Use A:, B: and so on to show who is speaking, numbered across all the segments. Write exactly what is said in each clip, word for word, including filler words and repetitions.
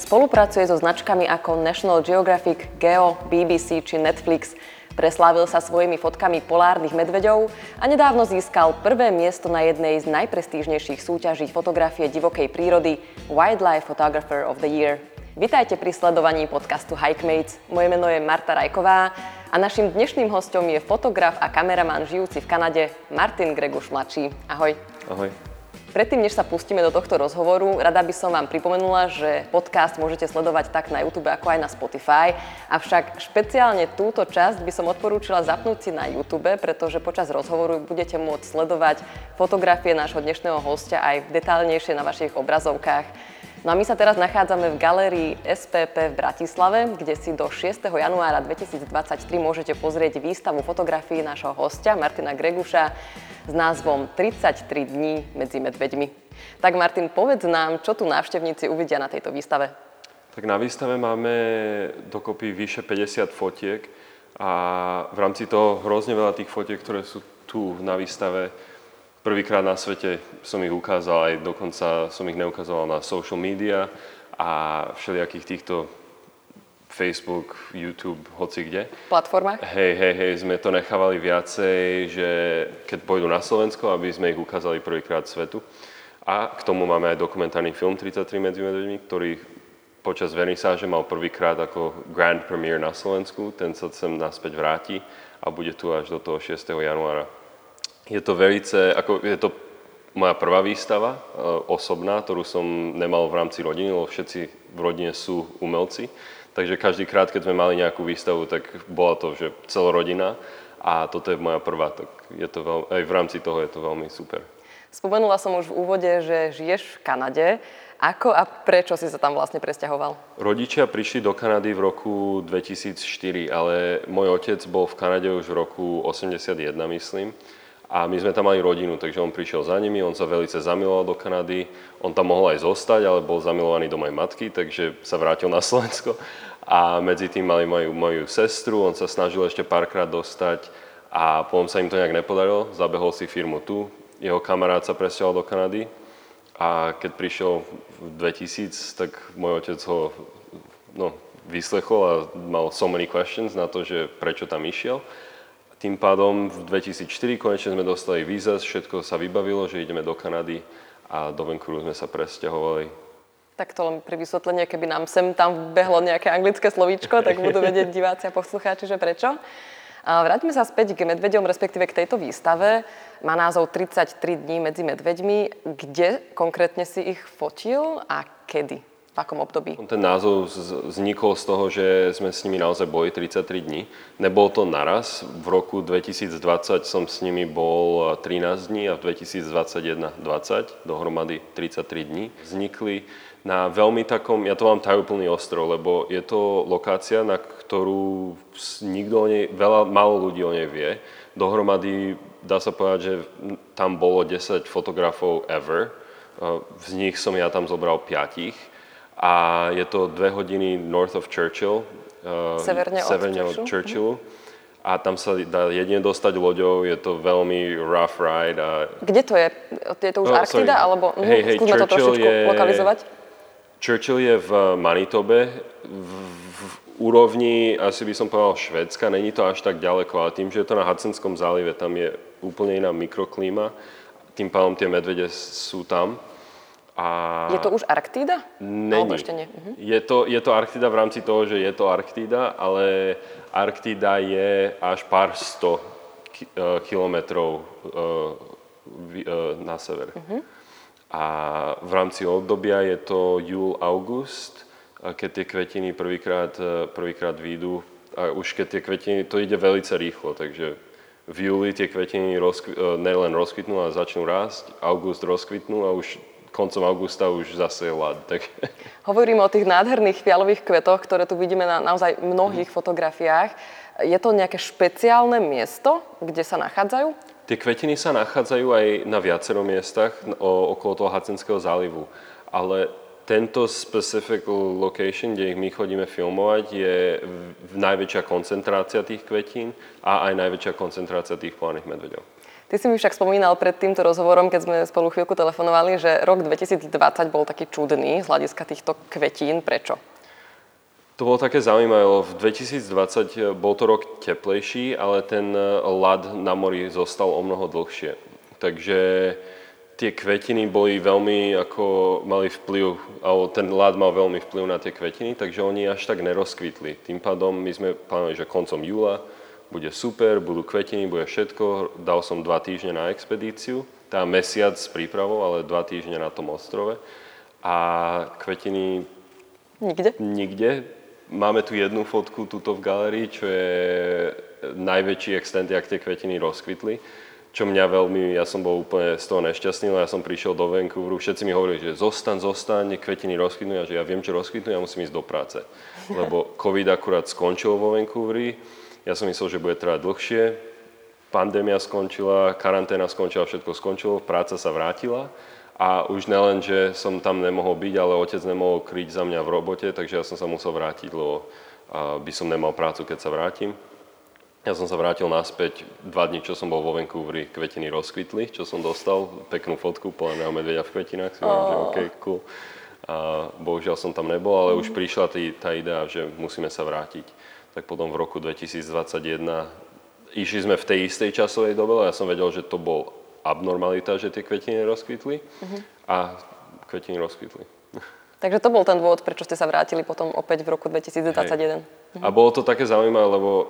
A: Spolupracuje so značkami ako National Geographic, Geo, bé bé cé či Netflix. Preslávil sa svojimi fotkami polárnych medveďov a nedávno získal prvé miesto na jednej z najprestížnejších súťaží fotografie divokej prírody Wildlife Photographer of the Year. Vitajte pri sledovaní podcastu Hikemates. Moje meno je Marta Rajková a naším dnešným hosťom je fotograf a kameraman žijúci v Kanade Martin Greguš mladší. Ahoj.
B: Ahoj.
A: Predtým, než sa pustíme do tohto rozhovoru, rada by som vám pripomenula, že podcast môžete sledovať tak na YouTube, ako aj na Spotify. Avšak špeciálne túto časť by som odporúčila zapnúť si na YouTube, pretože počas rozhovoru budete môcť sledovať fotografie nášho dnešného hostia aj detailnejšie na vašich obrazovkách. No a my sa teraz nachádzame v galérii es pé pé v Bratislave, kde si do šiesteho januára dvetisícdvadsaťtri môžete pozrieť výstavu fotografií nášho hostia Martina Greguša s názvom tridsaťtri dní medzi medveďmi. Tak Martin, povedz nám, čo tu návštevníci uvidia na tejto výstave.
B: Tak na výstave máme dokopy vyše päťdesiat fotiek a v rámci toho hrozne veľa tých fotiek, ktoré sú tu na výstave. Prvýkrát na svete som ich ukázal, aj dokonca som ich neukazoval na social media a všelijakých týchto Facebook, YouTube, hoci kde.
A: Platformách?
B: Hej, hej, hej, sme to nechávali viacej, že keď pôjdu na Slovensko, aby sme ich ukázali prvýkrát svetu. A k tomu máme aj dokumentárny film tridsaťtri medzi medveďmi, ktorý počas vernisáže mal prvýkrát ako grand premiere na Slovensku. Ten sa sem naspäť vráti a bude tu až do toho šiesteho januára. Je to velice, ako je to moja prvá výstava, e, osobná, ktorú som nemal v rámci rodiny, lebo všetci v rodine sú umelci. Takže každý krát, keď sme mali nejakú výstavu, tak bola to, že celorodina a toto je moja prvá, tak je to veľmi, aj v rámci toho je to veľmi super.
A: Spomenula som už v úvode, že žiješ v Kanade. Ako a prečo si sa tam vlastne presťahoval?
B: Rodičia prišli do Kanady v roku dvetisícštyri, ale môj otec bol v Kanade už v roku osemdesiatjeden, myslím. A my sme tam mali rodinu, takže on prišiel za nimi, on sa veľmi zamiloval do Kanady. On tam mohol aj zostať, ale bol zamilovaný do mojej matky, takže sa vrátil na Slovensko. A medzi tým mali moju, moju sestru, on sa snažil ešte párkrát dostať a potom sa im to nejak nepodarilo. Zabehol si firmu tu, jeho kamarát sa presťahoval do Kanady a keď prišiel v dvetisíc, tak môj otec ho no, vyslechol a mal so many questions na to, že prečo tam išiel. Tým pádom v dvetisícštyri konečne sme dostali víza, všetko sa vybavilo, že ideme do Kanady a do Vancouveru sme sa presťahovali.
A: Tak to len pri vysvetlenie, keby nám sem tam behlo nejaké anglické slovíčko, tak budú vedieť diváci a poslucháči, že prečo. A vráťme sa späť k medveďom, respektíve k tejto výstave. Má názov tridsaťtri dní medzi medveďmi. Kde konkrétne si ich fotil a kedy? V akom období?
B: Ten názov vznikol z toho, že sme s nimi naozaj boli tridsaťtri dní. Nebol to naraz. V roku dvetisícdvadsať som s nimi bol trinásť dní a v dvetisícdvadsaťjeden dvadsať, dohromady tridsaťtri dní. Vznikli na veľmi takom, ja to mám tajúplný ostrov, lebo je to lokácia, na ktorú nikto o nej, veľa, málo ľudí o nej vie. Dohromady dá sa povedať, že tam bolo desať fotografov ever. Z nich som ja tam zobral piatich. A je to dve hodiny north of Churchill,
A: severne od,
B: severne od Churchillu. A tam sa dá jedine dostať loďou, je to veľmi rough ride. A...
A: Kde to je? Je to už oh, Arktida? Alebo
B: hey, hey,
A: skúsme to trošičku je... lokalizovať?
B: Churchill je v Manitobe, v, v úrovni, asi by som povedal Švédska, není to až tak ďaleko, ale tým, že je to na Hudsonskom zálive, tam je úplne iná mikroklíma, tým pádom tie medvede sú tam. A
A: je to už Arktída?
B: Není.
A: Ešte nie. Uh-huh.
B: Je to, je to Arktída v rámci toho, že je to Arktída, ale Arktída je až pár sto ki- kilometrov uh, na sever. Uh-huh. A v rámci obdobia je to júl-august, keď tie kvetiny prvýkrát, prvýkrát výjdu. A už keď tie kvetiny, to ide veľmi rýchlo, takže v júli tie kvetiny rozkv- nelen rozkvitnú, ale začnú rásť, august rozkvitnú a už koncom augusta už zase je ľad. Tak.
A: Hovoríme o tých nádherných fialových kvetoch, ktoré tu vidíme na naozaj mnohých fotografiách. Je to nejaké špeciálne miesto, kde sa nachádzajú?
B: Tie kvetiny sa nachádzajú aj na viacero miestach o, okolo toho Hudsonského zálivu. Ale tento specific location, kde ich my chodíme filmovať, je v najväčšia koncentrácia tých kvetín a aj najväčšia koncentrácia tých polárnych medveďov.
A: Ty si mi však spomínal pred týmto rozhovorom, keď sme spolu chvíľku telefonovali, že rok dvetisícdvadsať bol taký čudný z hľadiska týchto kvetín. Prečo?
B: To bolo také zaujímavé, lebo v dvetisícdvadsať bol to rok teplejší, ale ten ľad na mori zostal o mnoho dlhšie. Takže tie kvetiny boli veľmi, ako mali vplyv, alebo ten ľad mal veľmi vplyv na tie kvetiny, takže oni až tak nerozkvitli. Tým pádom my sme plánovali, že koncom júla bude super, budú kvetiny, bude všetko. Dal som dva týždne na expedíciu, tá mesiac s prípravou, ale dva týždne na tom ostrove. A kvetiny...
A: Nikde?
B: Nikde. Máme tu jednu fotku tuto v galérii, čo je najväčší extent, jak tie kvetiny rozkvitli. Čo mňa veľmi, ja som bol úplne z toho nešťastný, lebo ja som prišiel do Vancouveru, všetci mi hovorili, že zostaň, zostaň, kvetiny rozkvitnú, a že ja viem, čo rozkvitnú, ja musím ísť do práce. Lebo COVID akurát skončil vo Vancouveri, ja som myslel, že bude trvať dlhšie, pandémia skončila, karanténa skončila, všetko skončilo, práca sa vrátila a už nelen, že som tam nemohol byť, ale otec nemohol kryť za mňa v robote, takže ja som sa musel vrátiť, lebo by som nemal prácu, keď sa vrátim. Ja som sa vrátil naspäť, dva dní, čo som bol vo Vancouveri, kvetiny rozkvitli, čo som dostal, peknú fotku poleného medveďa v kvetinách, si hovorím, že OK, cool. A bohužiaľ som tam nebol, ale už prišla tý, tá idea, že musíme sa vrátiť. Tak potom v roku dvetisícdvadsaťjeden išli sme v tej istej časovej dobe, ale ja som vedel, že to bol abnormalita, že tie kvetiny rozkvitli uh-huh. a kvetiny rozkvitli.
A: Takže to bol ten dôvod, prečo ste sa vrátili potom opäť v roku dvetisícdvadsaťjeden. Uh-huh.
B: A bolo to také zaujímavé, lebo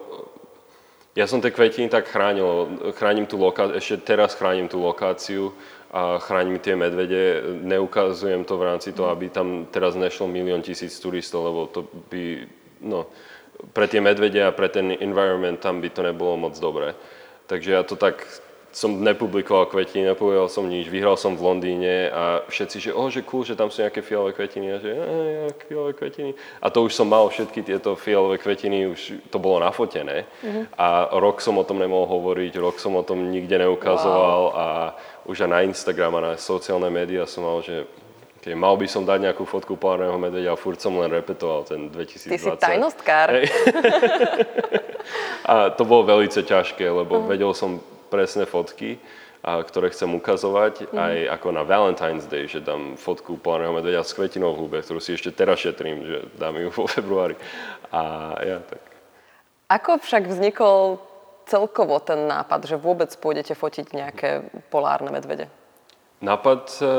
B: ja som tie kvetiny tak chránil, chránim tú lokáciu, ešte teraz chránim tú lokáciu a chránim tie medvede, neukazujem to v rámci toho, aby tam teraz nešlo milión tisíc turistov, lebo to by, no, pre tie medvede a pre ten environment tam by to nebolo moc dobré. Takže ja to tak, som nepublikoval kvetiny, nepovedal som nič, vyhral som v Londýne a všetci, že oh, že cool, že tam sú nejaké fialové kvetiny a že ja, fialové kvetiny. A to už som mal všetky tieto fialové kvetiny, už to bolo nafotené. Mm-hmm. A rok som o tom nemohol hovoriť, rok som o tom nikde neukazoval wow. A už aj na Instagram a na sociálne médiá som mal, že okay, mal by som dať nejakú fotku polárneho medveďa a furt som len repetoval ten dvetisícdvadsať.
A: Ty si tajnostkár.
B: A to bolo veľmi ťažké, lebo uh-huh. vedel som presné fotky, a, ktoré chcem ukazovať, uh-huh. aj ako na Valentine's Day, že dám fotku polárneho medveďa s kvetinou v húbe, ktorú si ešte teraz šetrím, že dám ju vo februári. A ja tak. Ako
A: však vznikol celkovo ten nápad, že vôbec pôjdete fotiť nejaké polárne medvede?
B: Nápad...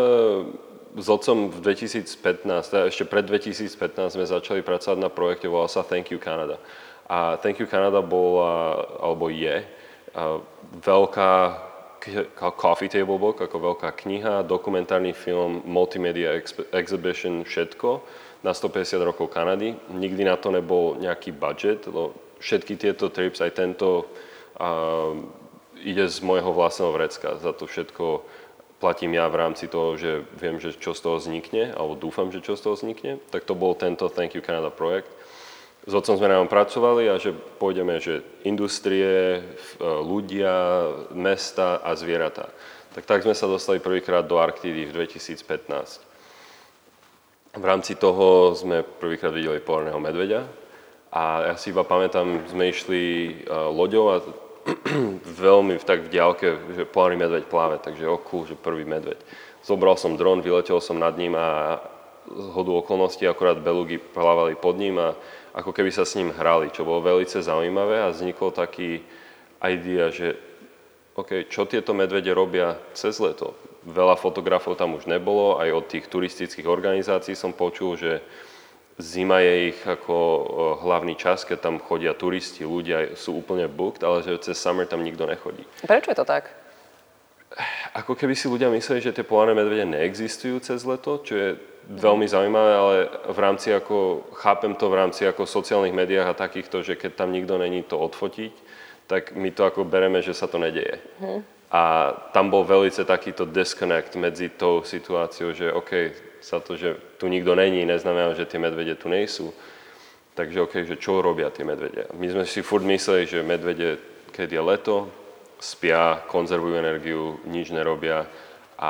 B: S otcom v dvetisícpätnásť, ešte pred dvetisícpätnásť sme začali pracovať na projekte, volal sa Thank You Canada. A Thank You Canada bola, alebo je, veľká coffee table book, ako veľká kniha, dokumentárny film, multimedia exhibition, všetko na stopäťdesiat rokov Kanady. Nikdy na to nebol nejaký budget, lebo všetky tieto trips, aj tento, uh, ide z môjho vlastného vrecka. Za to všetko platím ja v rámci toho, že viem, že čo z toho vznikne, alebo dúfam, že čo z toho vznikne, tak to bol tento Thank You Canada projekt. S otcom sme na ňom pracovali a že pôjdeme, že industrie, ľudia, mesta a zvieratá. Tak tak sme sa dostali prvýkrát do Arktídy v dvetisícpätnásť. V rámci toho sme prvýkrát videli polárneho medveďa a ja si iba pamätám, sme išli loďou a veľmi tak v diaľke, že polárny medveď pláve, takže oh cool, že prvý medveď. Zobral som dron, vyletel som nad ním a z hodu okolností akorát belugy plávali pod ním a ako keby sa s ním hrali, čo bolo veľmi zaujímavé a vznikol taký idea, že OK, čo tieto medvede robia cez leto? Veľa fotografov tam už nebolo, aj od tých turistických organizácií som počul, že zima je ich ako hlavný čas, keď tam chodia turisti, ľudia sú úplne booked, ale že cez summer tam nikto nechodí.
A: Prečo je to tak?
B: Ako keby si ľudia mysleli, že tie polárne medvede neexistujú cez leto, čo je veľmi zaujímavé, ale v rámci ako, chápem to v rámci ako sociálnych médiách a takýchto, že keď tam nikto není to odfotiť, tak my to ako bereme, že sa to nedeje. Hm. A tam bol veľmi takýto disconnect medzi tou situáciou, že OK, sa to, že tu nikto není, neznamená, že tie medvede tu nejsú. Takže OK, že čo robia tie medvede? My sme si furt mysleli, že medvede, keď je leto, spia, konzervujú energiu, nič nerobia a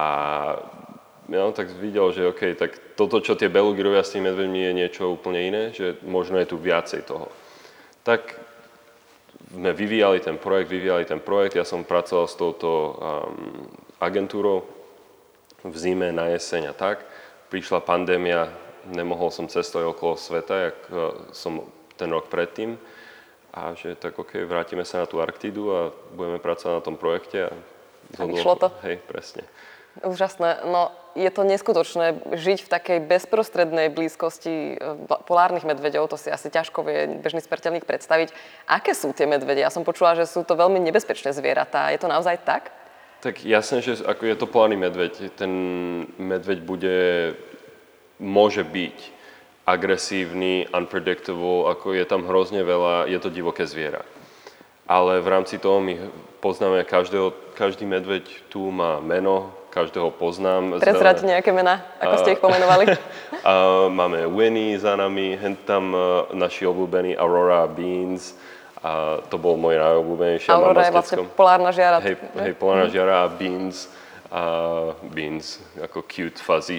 B: ja tak videl, že OK, tak toto, čo tie belugy robia s tými medveďmi, je niečo úplne iné, že možno je tu viacej toho. Tak sme vyvíjali ten projekt, vyvíjali ten projekt. Ja som pracoval s touto um, agentúrou v zime, na jeseň a tak. Prišla pandémia, nemohol som cestovať okolo sveta, jak uh, som ten rok predtým. A že tak OK, vrátime sa na tú Arktídu a budeme pracovať na tom projekte. A,
A: a vyšlo to?
B: Hej, presne.
A: Úžasné. No, je to neskutočné žiť v takej bezprostrednej blízkosti polárnych medveďov. To si asi ťažko vie bežný smrteľník predstaviť. Aké sú tie medvede? Ja som počula, že sú to veľmi nebezpečné zvieratá. Je to naozaj tak?
B: Tak jasné, že ako je to polárny medveď. Ten medveď bude, môže byť agresívny, unpredictable, ako je tam hrozne veľa, je to divoké zviera. Ale v rámci toho my poznáme každého, každý medveď tu má meno, každého poznám.
A: Prezrať nejaké mená, ako ste ich pomenovali.
B: A máme Winnie za nami, hen tam naši obľúbení Aurora a Beans. A to bol môj najobľúbenejší.
A: Aurora je vlastne polárna žiara.
B: Hej, hej polárna žiara a Beans. A Beans, ako cute, fuzzy.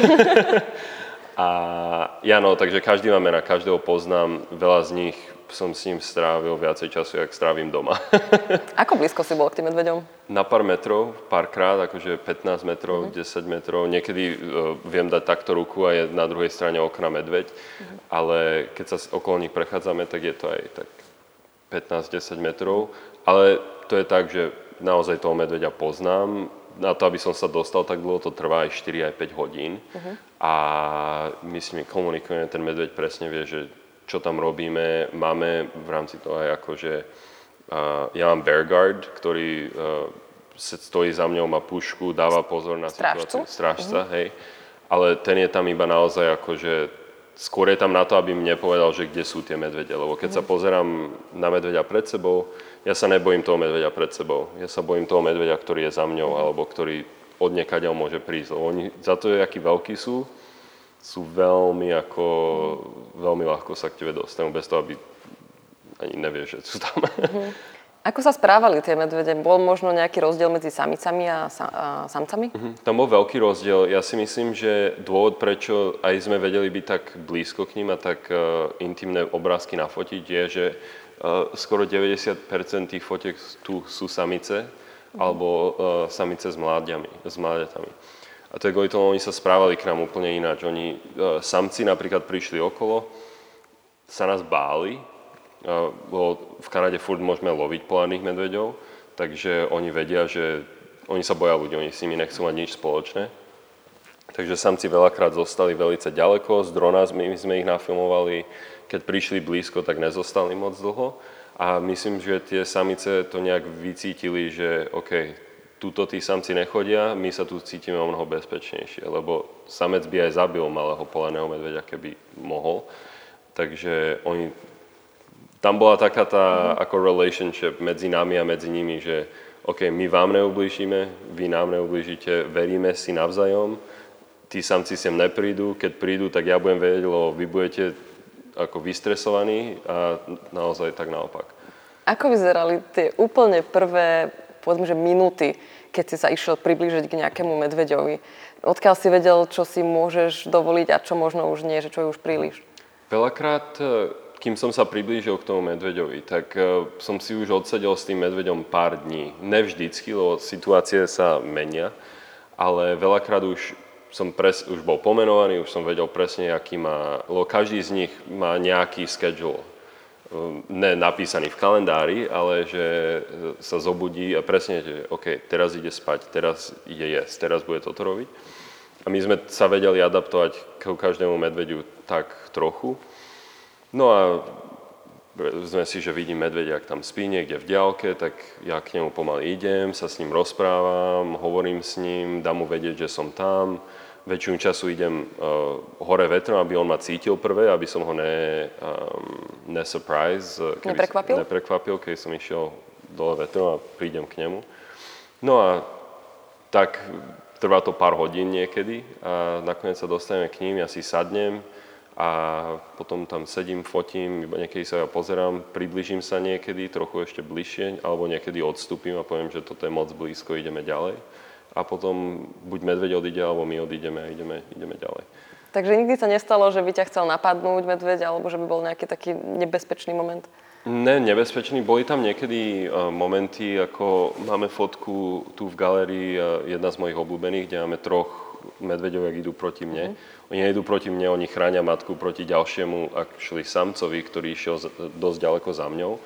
B: A ja no, takže každý má mena, každého poznám, veľa z nich som s ním strávil viacej času, jak strávim doma.
A: Ako blízko si bol k tým medveďom?
B: Na pár metrov, párkrát, akože pätnásť metrov, mm-hmm. desať metrov. Niekedy uh, viem dať takto ruku a je na druhej strane okna medveď, mm-hmm. ale keď sa okolo nich prechádzame, tak je to aj tak pätnásť desať metrov. Ale to je tak, že naozaj toho medveďa poznám. Na to, aby som sa dostal tak dlho, to trvá aj štyri až päť hodín. Uh-huh. A my s nimi komunikujeme, ten medveď presne vie, že čo tam robíme. Máme v rámci toho aj akože, uh, ja mám bear guard, ktorý uh, stojí za mňou, má pušku, dáva pozor na
A: Strážcu?
B: situáciu. Strážca,
A: uh-huh.
B: hej. Ale ten je tam iba naozaj akože, skôr je tam na to, aby mne povedal, že kde sú tie medvede. Lebo keď uh-huh. sa pozerám na medveďa pred sebou, ja sa nebojím toho medveďa pred sebou. Ja sa bojím toho medveďa, ktorý je za mňou, alebo ktorý odniekaďaľ môže prísť. Lebo oni, za to, akí veľkí sú, sú veľmi ako, veľmi ľahko sa k tebe dostanú, bez toho, aby ani nevieš, že sú tam.
A: Uh-huh. Ako sa správali tie medvede? Bol možno nejaký rozdiel medzi samicami a, sa, a samcami? Uh-huh.
B: Tam bol veľký rozdiel. Ja si myslím, že dôvod, prečo aj sme vedeli byť tak blízko k ním a tak uh, intimné obrázky nafotiť, je, že Uh, skoro deväťdesiat percent tých fotiek tu sú samice, mm. alebo uh, samice s mláďami, s mláďatami. A to je kvôli tomu, oni sa správali k nám úplne ináč. Oni, uh, samci napríklad prišli okolo, sa nás báli, uh, lebo v Kanade furt môžeme loviť polárnych medveďov, takže oni vedia, že oni sa boja ľudí, oni s nimi nechcú mať nič spoločné. Takže samci veľakrát zostali veľmi ďaleko, z drona my sme ich nafilmovali. Keď prišli blízko, tak nezostali moc dlho a myslím, že tie samice to nejak vycítili, že OK, túto tí samci nechodia, my sa tu cítime o mnoho bezpečnejšie, lebo samec by aj zabil malého polárneho medveďa, keby mohol. Takže oni, tam bola taká tá ako relationship medzi nami a medzi nimi, že OK, my vám neublížime, vy nám neublížite, veríme si navzájom, tí samci sem neprídu, keď prídu, tak ja budem vedieť, lebo vy budete ako vystresovaní a naozaj tak naopak.
A: Ako vyzerali tie úplne prvé, povedzme, že minúty, keď si sa išiel priblížiť k nejakému medveďovi? Odkiaľ si vedel, čo si môžeš dovoliť a čo možno už nie, že čo je už príliš?
B: Veľakrát, kým som sa priblížil k tomu medveďovi, tak som si už odsedel s tým medveďom pár dní. Nevždycky, lebo situácie sa menia, ale veľakrát už som pres, už bol pomenovaný, už som vedel presne, aký má, lebo každý z nich má nejaký schedule. Ne napísaný v kalendári, ale že sa zobudí a presne, že OK, teraz ide spať, teraz ide jesť, teraz bude toto robiť. A my sme sa vedeli adaptovať k každému medvediu tak trochu. No a sme si, že vidím medvedia, ak tam spí niekde v diaľke, tak ja k nemu pomaly idem, sa s ním rozprávam, hovorím s ním, dám mu vedieť, že som tam. Väčšinu času idem uh, hore vetrom, aby on ma cítil prvé, aby som ho ne, um, ne surprise, keby
A: neprekvapil?
B: neprekvapil, keď som išiel dole vetrom a prídem k nemu. No a tak trvá to pár hodín niekedy a nakoniec sa dostaneme k ním, ja si sadnem a potom tam sedím, fotím, niekedy sa ja pozerám, približím sa niekedy trochu ešte bližšie, alebo niekedy odstúpim a poviem, že toto je moc blízko, ideme ďalej. A potom buď medveď odíde, alebo my odídeme a ideme, ideme ďalej.
A: Takže nikdy sa nestalo, že by ťa chcel napadnúť medveď, alebo že by bol nejaký taký nebezpečný moment?
B: Ne, nebezpečný. Boli tam niekedy uh, momenty, ako máme fotku tu v galérii, uh, jedna z mojich obľúbených, kde máme troch medveďov, jak idú proti mne. Mm-hmm. Oni nejdú proti mne, oni chránia matku proti ďalšiemu, actually samcovi, ktorý išiel z, dosť ďaleko za mňou.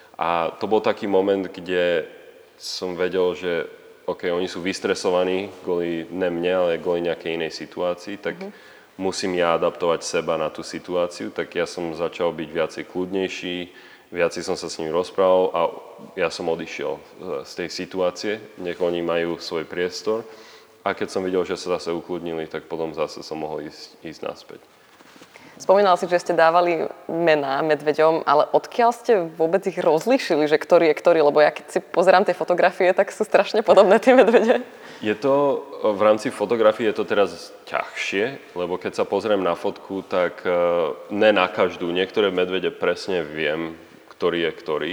B: A to bol taký moment, kde som vedel, že OK, oni sú vystresovaní kvôli ne mne, ale kvôli nejakej inej situácii, tak mm-hmm. musím ja adaptovať seba na tú situáciu, tak ja som začal byť viacej kľudnejší, viacej som sa s nimi rozprával a ja som odišiel z tej situácie, nech oni majú svoj priestor. A keď som videl, že sa zase ukludnili, tak potom zase som mohol ísť, ísť naspäť.
A: Spomínal si, že ste dávali mená medveďom, ale odkiaľ ste vôbec ich rozlíšili, že ktorý je ktorý? Lebo ja keď si pozerám tie fotografie, tak sú strašne podobné tie medvede.
B: Je to, v rámci fotografie je to teraz ťažšie, lebo keď sa pozriem na fotku, tak ne na každú. Niektoré medvede presne viem, ktorý je ktorý,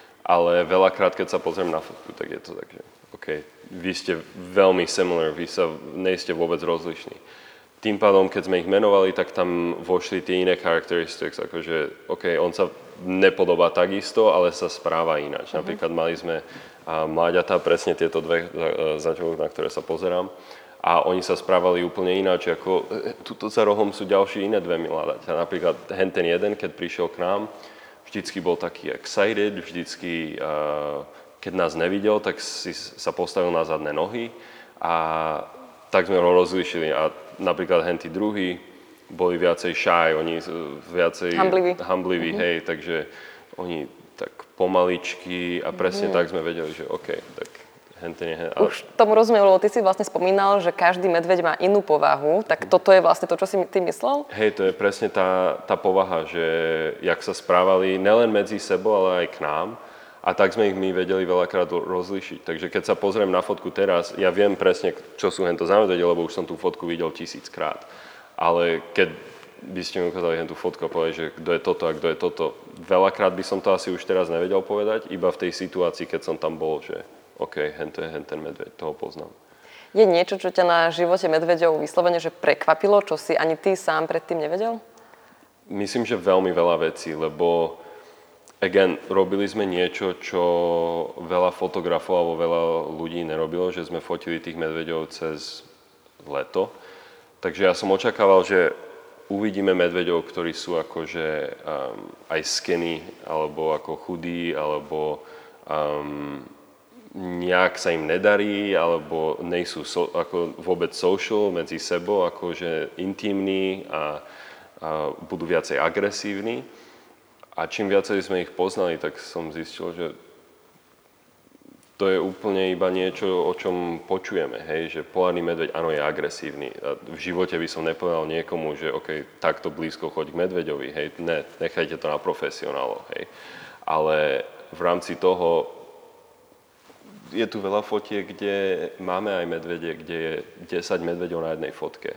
B: ale veľakrát, keď sa pozriem na fotku, tak je to tak, že OK, vy ste veľmi similar, vy sa nejste vôbec rozlišní. Tým pádom, keď sme ich menovali, tak tam vošli tie iné characteristics, akože OK, on sa nepodobá takisto, ale sa správa ináč. Uh-huh. Napríklad mali sme a, mláďatá, presne tieto dve, zatiaľ, na ktoré sa pozerám, a oni sa správali úplne ináč, ako tuto za rohom sú ďalšie iné dve mláďatá. Napríklad henten jeden, keď prišiel k nám, vždycky bol taký excited, vždycky uh, keď nás nevidel, tak si sa postavil na zadné nohy a tak sme ho rozlíšili. A napríklad henty druhý boli viacej shy, oni viacej
A: hambliví,
B: hambliví mm-hmm. hej, takže oni tak pomaličky a presne mm-hmm. tak sme vedeli, že OK, tak henty nie. A...
A: Už tomu rozumiem, lebo ty si vlastne spomínal, že každý medveď má inú povahu, tak toto je vlastne to, čo si ty myslel?
B: Hej, to je presne tá, tá povaha, že jak sa správali nelen medzi sebou, ale aj k nám. A tak sme ich my vedeli veľakrát rozlíšiť. Takže keď sa pozriem na fotku teraz, ja viem presne, čo sú hento za medvede, lebo už som tú fotku videl tisíckrát. Ale keď by ste mi ukázali hentú fotku a povedali, že kto je toto a kto je toto, veľakrát by som to asi už teraz nevedel povedať, iba v tej situácii, keď som tam bol, že OK, hento je henten medveď, toho poznám.
A: Je niečo, čo ťa na živote medveďov vyslovene, že prekvapilo, čo si ani ty sám predtým nevedel?
B: Myslím, že veľmi veľa vecí, lebo again, robili sme niečo, čo veľa fotografov alebo veľa ľudí nerobilo, že sme fotili tých medveďov cez leto. Takže ja som očakával, že uvidíme medveďov, ktorí sú akože um, aj skinny, alebo ako chudí, alebo um, nejak sa im nedarí, alebo nejsú so, ako vôbec social medzi sebou, akože intimní a, a budú viacej agresívni. A čím viacej sme ich poznali, tak som zistil, že to je úplne iba niečo, o čom počujeme, hej, že polárny medveď, áno, je agresívny. A v živote by som nepovedal niekomu, že OK, takto blízko choď k medveďovi, hej, ne, nechajte to na profesionálov, hej. Ale v rámci toho je tu veľa fotiek, kde máme aj medvede, kde je desať medveďov na jednej fotke.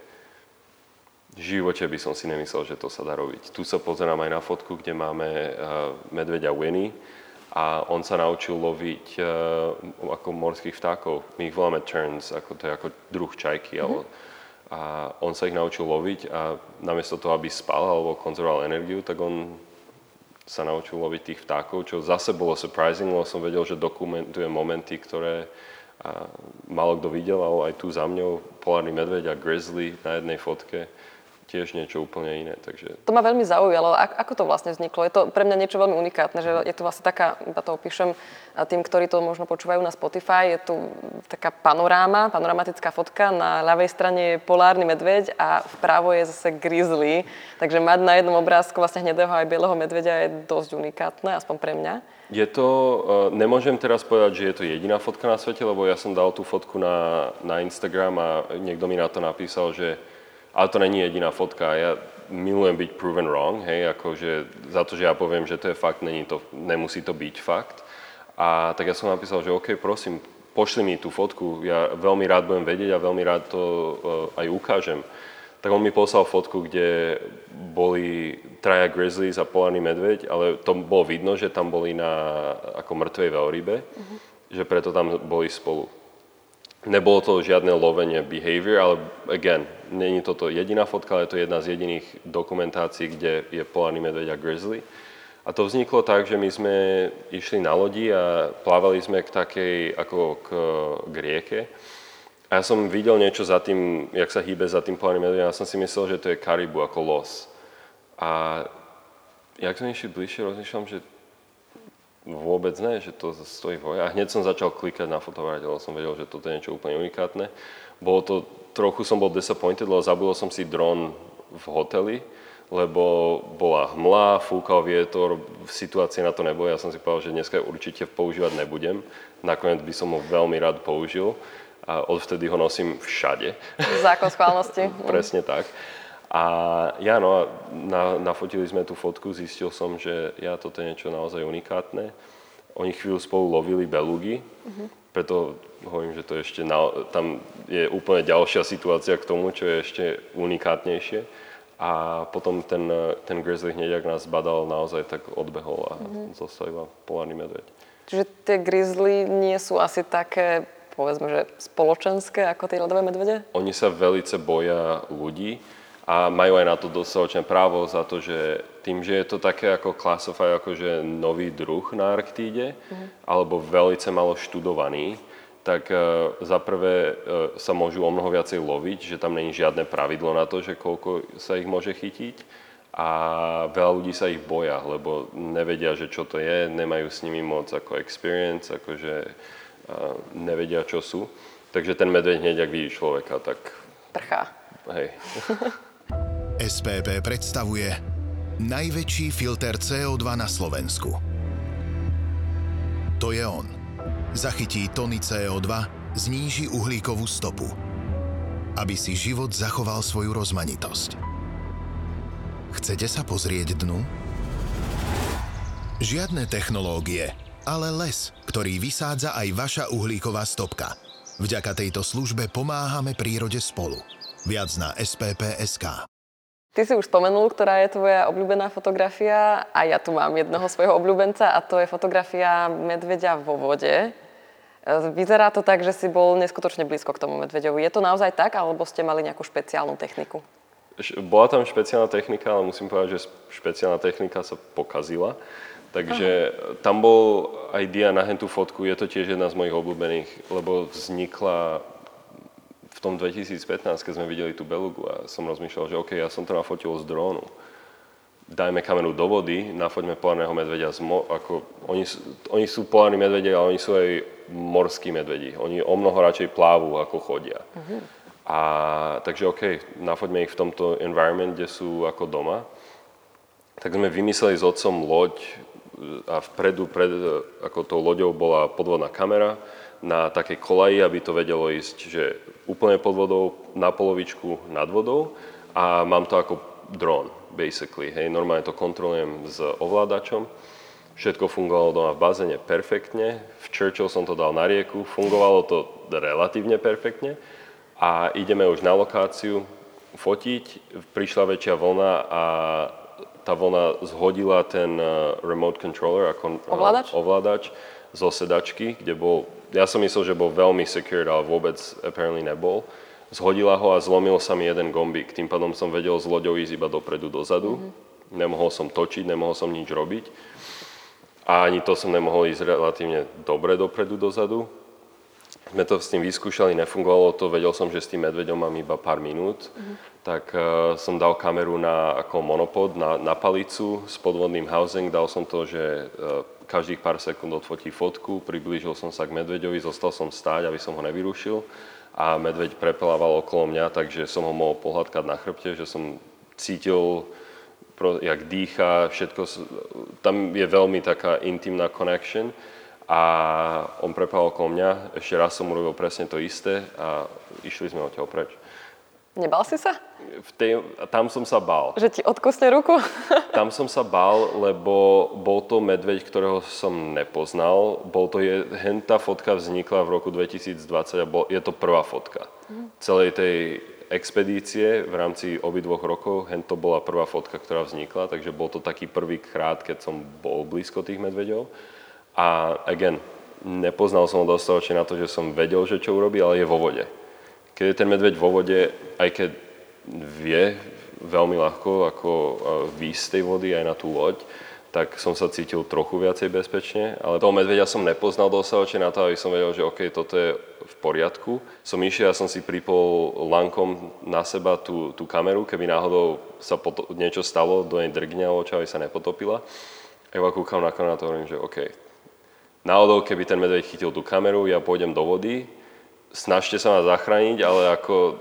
B: V živote by som si nemyslel, že to sa dá robiť. Tu sa pozerám aj na fotku, kde máme uh, medveďa Winnie a on sa naučil loviť uh, ako morských vtákov. My ich voláme terns, ako to je ako druh čajky. Mm-hmm. Ale, a on sa ich naučil loviť a namiesto toho, aby spal alebo konzervoval energiu, tak on sa naučil loviť tých vtákov, čo zase bolo surprising, lebo som vedel, že dokumentuje momenty, ktoré uh, málo kto videl, ale aj tu za mňou polárny medveď a grizzly na jednej fotke. Tiež niečo úplne iné, takže...
A: To ma veľmi zaujalo. Ako to vlastne vzniklo? Je to pre mňa niečo veľmi unikátne, že je tu vlastne taká, iba to opíšem tým, ktorí to možno počúvajú na Spotify, je tu taká panoráma, panoramatická fotka, na ľavej strane je polárny medveď a vpravo je zase grizzly, takže mať na jednom obrázku vlastne hnedého aj bieleho medveďa je dosť unikátne, aspoň pre mňa.
B: Je to, nemôžem teraz povedať, že je to jediná fotka na svete, lebo ja som dal tú fotku na, na Instagram a niekto mi na to napísal, že ale to není jediná fotka. Ja milujem byť proven wrong, hej, akože za to, že ja poviem, že to je fakt, není to, nemusí to byť fakt. A tak ja som napísal, že OK, prosím, pošli mi tú fotku, ja veľmi rád budem vedieť a veľmi rád to uh, aj ukážem. Tak on mi poslal fotku, kde boli traja grizzlies a polárny medveď, ale to bolo vidno, že tam boli na ako mŕtvej veľrybe, uh-huh. že preto tam boli spolu. Nebolo to žiadne lovenie behavior, ale again, nie je toto jediná fotka, ale to je jedna z jediných dokumentácií, kde je polárny medveď a grizzly. A to vzniklo tak, že my sme išli na lodi a plávali sme k takej, ako k, k rieke. A ja som videl niečo za tým, jak sa hýbe za tým polaným medvedom. Ja som si myslel, že to je karibu ako los. A jak sme išli bližšie, rozmýšľam, že vôbec ne, že to stojí v voje. A hneď som začal klikať na fotoaparát, lebo som vedel, že toto je niečo úplne unikátne. Bolo to, trochu som bol disappointed, lebo zabudol som si dron v hoteli, lebo bola hmla, fúkal vietor, situácie na to neboli. Ja som si povedal, že dneska určite používať nebudem. Nakoniec by som ho veľmi rád použil a odvtedy ho nosím všade.
A: Zákon schválnosti.
B: Presne tak. A ja, no, na, nafotili sme tú fotku, zistil som, že ja, toto je niečo naozaj unikátne. Oni chvíľu spolu lovili belugy, uh-huh. preto hovorím, že to ešte na, tam je úplne ďalšia situácia k tomu, čo je ešte unikátnejšie. A potom ten, ten grizzly hneď, ak nás badal, naozaj tak odbehol a mm-hmm. zostal iba polárny medveď. Čiže
A: tie grizzly nie sú asi také, povedzme, že spoločenské ako tie ľadové medvede?
B: Oni sa velice boja ľudí a majú aj na to dostatočné právo za to, že tým, že je to také ako classify, akože nový druh na Arktíde, mm-hmm. alebo velice malo študovaný, tak uh, za prvé uh, sa môžu o mnoho viacej loviť, že tam není žiadne pravidlo na to, že koľko sa ich môže chytiť a veľa ľudí sa ich boja, lebo nevedia, že čo to je, nemajú s nimi moc ako experience, akože uh, nevedia, čo sú. Takže ten medveď hneď, ak vidí človeka, tak...
A: Prchá.
B: Hej.
C: es pé pé predstavuje najväčší filter cé ó dva na Slovensku. To je on. Zachytí tony cé ó dva, zníži uhlíkovú stopu, aby si život zachoval svoju rozmanitosť. Chcete sa pozrieť dnu? Žiadne technológie, ale les, ktorý vysádza aj vaša uhlíková stopka. Vďaka tejto službe pomáhame prírode spolu. Viac na es pé pé bodka es ká.
A: Ty si už spomenul, ktorá je tvoja obľúbená fotografia a ja tu mám jedného svojho obľúbenca a to je fotografia medveďa vo vode. Vyzerá to tak, že si bol neskutočne blízko k tomu medveďovi. Je to naozaj tak, alebo ste mali nejakú špeciálnu techniku?
B: Bola tam špeciálna technika, ale musím povedať, že špeciálna technika sa pokazila. Takže Aha. tam bol aj dia na tú fotku, je to tiež jedna z mojich obľúbených, lebo vznikla v tom dvetisícpätnásť, keď sme videli tú belugu a som rozmýšľal, že OK, ja som to nafotil z drónu. Dajme kameru do vody, nafoťme polárneho medveďa. Z mo- ako, oni, sú, oni sú polárni medvedia, ale oni sú aj morskí medvedi. Oni o mnoho radšej plávu, ako chodia. Uh-huh. A takže OK, nafoťme ich v tomto environment, kde sú ako doma. Tak sme vymysleli s otcom loď a vpredu, pred, ako tou loďou bola podvodná kamera na takej kolaji, aby to vedelo ísť, že úplne pod vodou, na polovičku nad vodou a mám to ako dron, basically. Hej, normálne to kontrolujem s ovládačom. Všetko fungovalo doma v bazéne perfektne. V Churchill som to dal na rieku, fungovalo to relatívne perfektne. A ideme už na lokáciu fotiť. Prišla väčšia vlna a tá vlna zhodila ten remote controller, ako
A: ovládač,
B: ovládač zo sedačky, kde bol, ja som myslel, že bol veľmi secured, ale vôbec apparently nebol. Zhodila ho a zlomil sa mi jeden gombík. Tým pádom som vedel z loďou ísť iba dopredu, dozadu. Mm-hmm. Nemohol som točiť, nemohol som nič robiť. A ani to som nemohol ísť relatívne dobre dopredu, dozadu. Sme to s tým vyskúšali, nefungovalo to. Vedel som, že s tým medveďom mám iba pár minút. Mm-hmm. Tak uh, som dal kameru na ako monopod, na, na palicu s podvodným housing. Dal som to, že uh, každých pár sekúnd odfotí fotku. Priblížil som sa k medveďovi, zostal som stáť, aby som ho nevyrušil. A medveď prepelával okolo mňa, takže som ho mohol pohľadkať na chrbte, že som cítil, jak dýcha, všetko. Tam je veľmi taká intimná connection a on prepelával okolo mňa. Ešte raz som urobil presne to isté a išli sme odtiaľ preč.
A: Nebal si sa?
B: V tej, tam som sa bál.
A: Že ti odkusne ruku?
B: Tam som sa bál, lebo bol to medveď, ktorého som nepoznal. Bol to je, hen tá fotka vznikla v roku dvetisícdvadsať a bol, je to prvá fotka. Mm. Celej tej expedície v rámci obidvoch rokov, hen to bola prvá fotka, ktorá vznikla, takže bol to taký prvý krát, keď som bol blízko tých medveďov. A again, nepoznal som ho dostatočne na to, že som vedel, že čo urobí, ale je vo vode. Keď je ten medveď vo vode, aj keď vie veľmi ľahko ako výjsť z tej vody aj na tú loď, tak som sa cítil trochu viacej bezpečne, ale toho medveďa som nepoznal dostatočne na to, aby som vedel, že OK, toto je v poriadku. Som išiel a som si pripol lankom na seba tú, tú kameru, keby náhodou sa poto- niečo stalo, do nej drgňa oča, aby sa nepotopila. A iba kúkam na kameru a to hovorím, že OK, náhodou, keby ten medveď chytil tú kameru, ja pôjdem do vody, snažte sa ma zachrániť, ale ako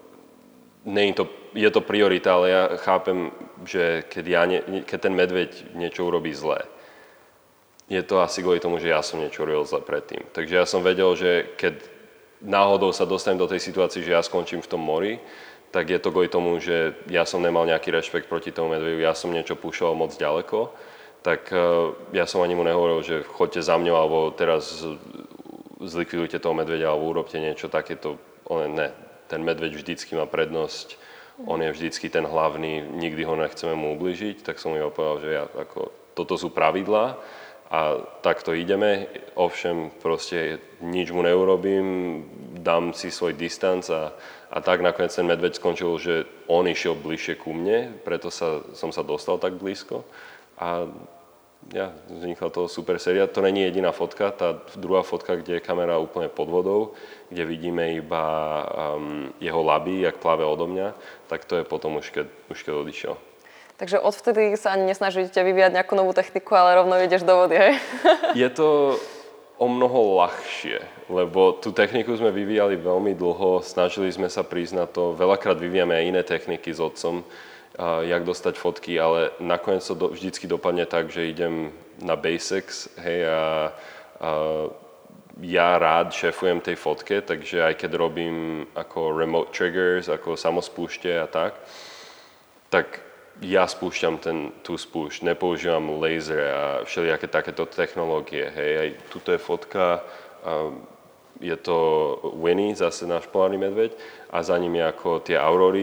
B: nie je to, je to priorita, ale ja chápem, že keď, ja ne, keď ten medveď niečo urobí zlé, je to asi kvôli tomu, že ja som niečo urobil zle predtým. Takže ja som vedel, že keď náhodou sa dostanem do tej situácii, že ja skončím v tom mori, tak je to kvôli tomu, že ja som nemal nejaký rešpekt proti tomu medveďu, ja som niečo púšal moc ďaleko, tak ja som ani mu nehovoril, že choďte za mňou, alebo teraz zlikvidujte toho medveďa, alebo urobte niečo takéto. On ne, ten medveď vždycky má prednosť, on je vždycky ten hlavný, nikdy ho nechceme mu ubližiť, tak som mu povedal, že ja, ako, toto sú pravidlá a takto ideme. Ovšem, proste nič mu neurobím, dám si svoj distanc a, a tak nakoniec ten medveď skončil, že on išiel bližšie ku mne, preto sa, som sa dostal tak blízko a ja, vznikla to super séria. To není jediná fotka, tá druhá fotka, kde je kamera úplne pod vodou, kde vidíme iba um, jeho laby, jak pláve odo mňa, tak to je potom už keď, už keď odišiel.
A: Takže odvtedy sa ani nesnažíte vyvíjať nejakú novú techniku, ale rovno ideš do vody, hej?
B: Je to o mnoho ľahšie, lebo tú techniku sme vyvíjali veľmi dlho, snažili sme sa prísť na to, veľakrát vyvíjame aj iné techniky s otcom, Uh, jak dostať fotky, ale nakoniec to do, vždycky dopadne tak, že idem na basics, hej, a uh, ja rád šéfujem tej fotke, takže aj keď robím ako remote triggers, ako samospúšte a tak, tak ja spúšťam ten, tú spúšť, nepoužívam laser a všelijaké takéto technológie, hej, aj tuto je fotka, uh, je to Winnie, zase náš polárny medveď, a za ním je ako tie aurory,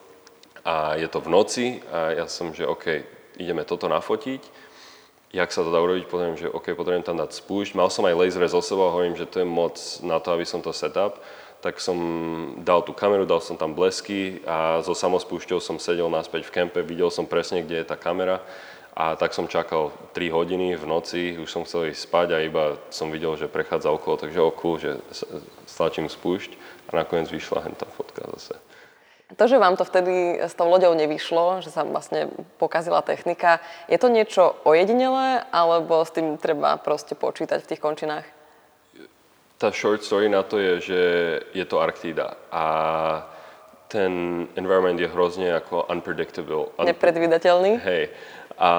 B: a je to v noci a ja som, že OK, ideme toto nafotiť. Jak sa to dá urobiť, potom, že OK, potrebujem tam dať spúšť. Mal som aj laser zo sebou a hovorím, že to je moc na to, aby som to setup. Tak som dal tú kameru, dal som tam blesky a so samospúšťou som sedel naspäť v kempe, videl som presne, kde je tá kamera. A tak som čakal tri hodiny v noci, už som chcel ísť spať a iba som videl, že prechádza okolo, takže okolo, že stlačím spúšť a nakoniec vyšla hen tá fotka zase.
A: To, že vám to vtedy s tou loďou nevyšlo, že sa vlastne pokazila technika, je to niečo ojedinelé, alebo s tým treba proste počítať v tých končinách?
B: Tá short story na to je, že je to Arktída a ten environment je hrozne ako unpredictable.
A: Nepredvídateľný?
B: Hej. A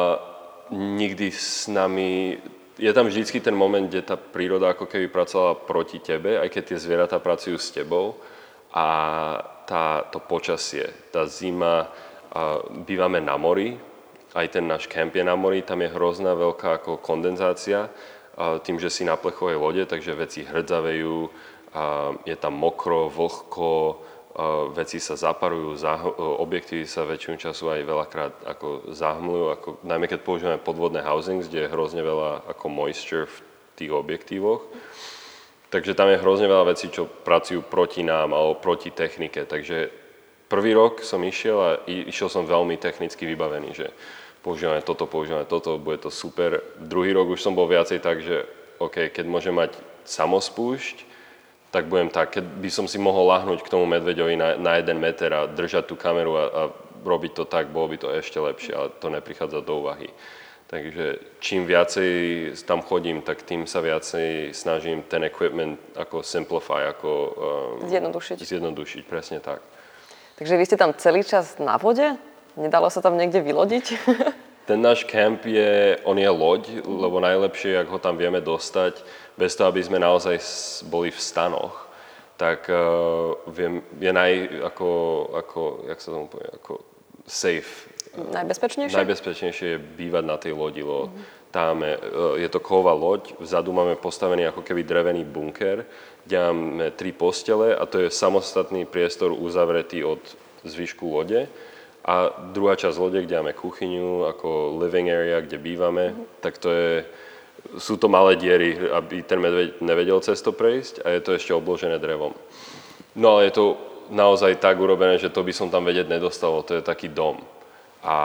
B: nikdy s nami... Je tam vždycky ten moment, kde tá príroda ako keby pracovala proti tebe, aj keď tie zvieratá pracujú s tebou. A tá, to počasie, tá zima, uh, bývame na mori, aj ten náš kemp je na mori, tam je hrozná veľká ako kondenzácia, uh, tým, že si na plechovej lode, takže veci hrdzavejú, uh, je tam mokro, vlhko, uh, veci sa zaparujú, zah- objektívy sa väčšinu času aj veľakrát ako zahmlujú, ako, najmä keď používame podvodné housings, kde je hrozne veľa ako moisture v tých objektívoch. Takže tam je hrozne veľa vecí, čo pracujú proti nám alebo proti technike. Takže prvý rok som išiel a išiel som veľmi technicky vybavený, že používame toto, používame toto, bude to super. Druhý rok už som bol viacej tak, že OK, keď môžem mať samospúšť, tak budem tak, keď by som si mohol lahnúť k tomu medveďovi na, na jeden meter a držať tú kameru a, a robiť to tak, bolo by to ešte lepšie, ale to neprichádza do úvahy. Takže čím viacej tam chodím, tak tým sa viacej snažím ten equipment ako simplify, ako um,
A: zjednodušiť.
B: Zjednodušiť, presne tak.
A: Takže vy ste tam celý čas na vode? Nedalo sa tam niekde vylodiť?
B: Ten náš kemp je, on je loď, lebo najlepšie, ak ho tam vieme dostať, bez toho, aby sme naozaj boli v stanoch, tak uh, viem, je naj, ako, ako, jak sa tomu povie, ako safe.
A: Najbezpečnejšie?
B: Najbezpečnejšie je bývať na tej lodi, lebo mm-hmm. tam je, je to kovová loď, vzadu máme postavený ako keby drevený bunker, kde máme tri postele a to je samostatný priestor uzavretý od zvyšku lode. A druhá časť lode, kde máme kuchyňu, ako living area, kde bývame, mm-hmm. tak to je, sú to malé diery, aby ten medveď nevedel cez to prejsť a je to ešte obložené drevom. No ale je to naozaj tak urobené, že to by som tam vedieť nedostal, to je taký dom. A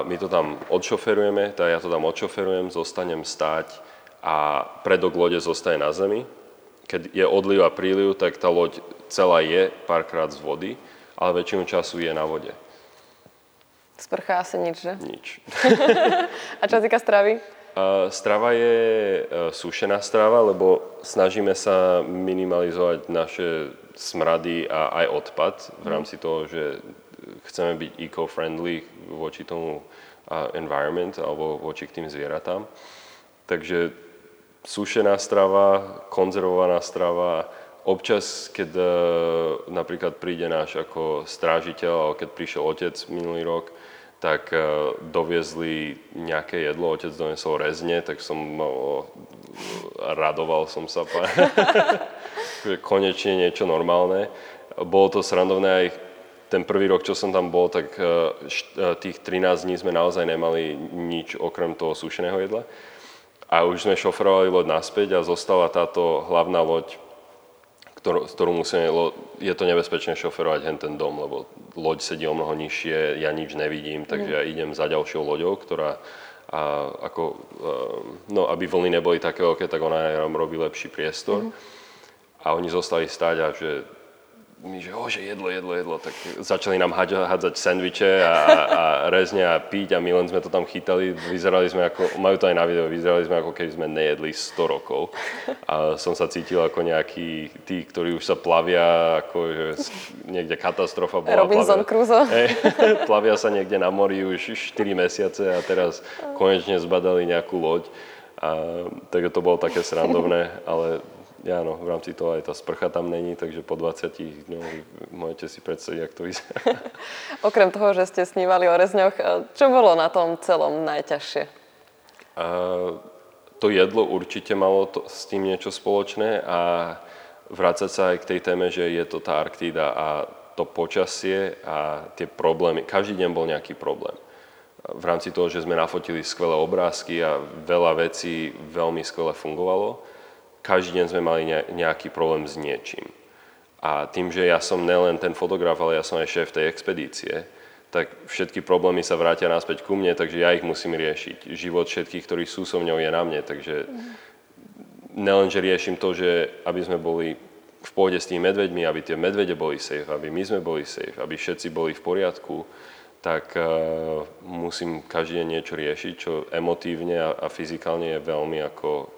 B: my to tam odšoferujeme, teda ja to tam odšoferujem, zostanem stáť a predok lode zostaje na zemi. Keď je odliv a príliv, tak tá loď celá je párkrát z vody, ale väčšinu času je na vode.
A: Sprcha asi nič, že?
B: Nič.
A: A čo týka stravy?
B: Uh, strava je uh, sušená strava, lebo snažíme sa minimalizovať naše smrady a aj odpad v rámci toho, že chceme byť eco-friendly voči tomu uh, environment alebo voči k tým zvieratám. Takže sušená strava, konzervovaná strava. Občas, keď uh, napríklad príde náš ako strážiteľ, alebo keď prišiel otec minulý rok, tak uh, doviezli nejaké jedlo, otec donesol rezne, tak som uh, radoval som sa. Konečne niečo normálne. Bolo to srandovné aj ten prvý rok, čo som tam bol, tak uh, št- tých trinásť dní sme naozaj nemali nič okrem toho sušeného jedla. A už sme šoferovali loď naspäť a zostala táto hlavná loď, Ktorú, ktorú musíme, je to nebezpečné šoferovať hen ten dom, lebo loď sedí o mnoho nižšie, ja nič nevidím, takže ja idem za ďalšou loďou, ktorá a, ako, no aby vlny neboli také veľké, tak ona nám robí lepší priestor. Mm-hmm. A oni zostali stáť a že my, že, oh, že jedlo, jedlo, jedlo, tak začali nám hádzať, hádzať sendviče a, a rezne a piť a my len sme to tam chytali, vyzerali sme ako, majú to aj na videu, vyzerali sme ako keby sme nejedli sto rokov a som sa cítil ako nejaký tí, ktorí už sa plavia, ako že niekde katastrofa bola.
A: Robinson Crusoe.
B: Hej, plavia sa niekde na mori už štyri mesiace a teraz konečne zbadali nejakú loď. A, tak to bolo také srandovné, ale ja, no, v rámci toho aj tá sprcha tam není, takže po dvadsiatich dňoch môžete si predstaviť, jak to vyzerá.
A: Okrem toho, že ste snívali o rezňoch, čo bolo na tom celom najťažšie?
B: A to jedlo určite malo to, s tým niečo spoločné a vrácať sa aj k tej téme, že je to tá Arktída a to počasie a tie problémy. Každý deň bol nejaký problém. V rámci toho, že sme nafotili skvelé obrázky a veľa vecí veľmi skvele fungovalo, každý deň sme mali nejaký problém s niečím. A tým, že ja som nelen ten fotograf, ale ja som aj šéf tej expedície, tak všetky problémy sa vrátia naspäť ku mne, takže ja ich musím riešiť. Život všetkých, ktorí sú so mňou, je na mne, takže nelen, že riešim to, že aby sme boli v pohode s tými medveďmi, aby tie medvede boli safe, aby my sme boli safe, aby všetci boli v poriadku, tak uh, musím každý deň niečo riešiť, čo emotívne a, a fyzikálne je veľmi ako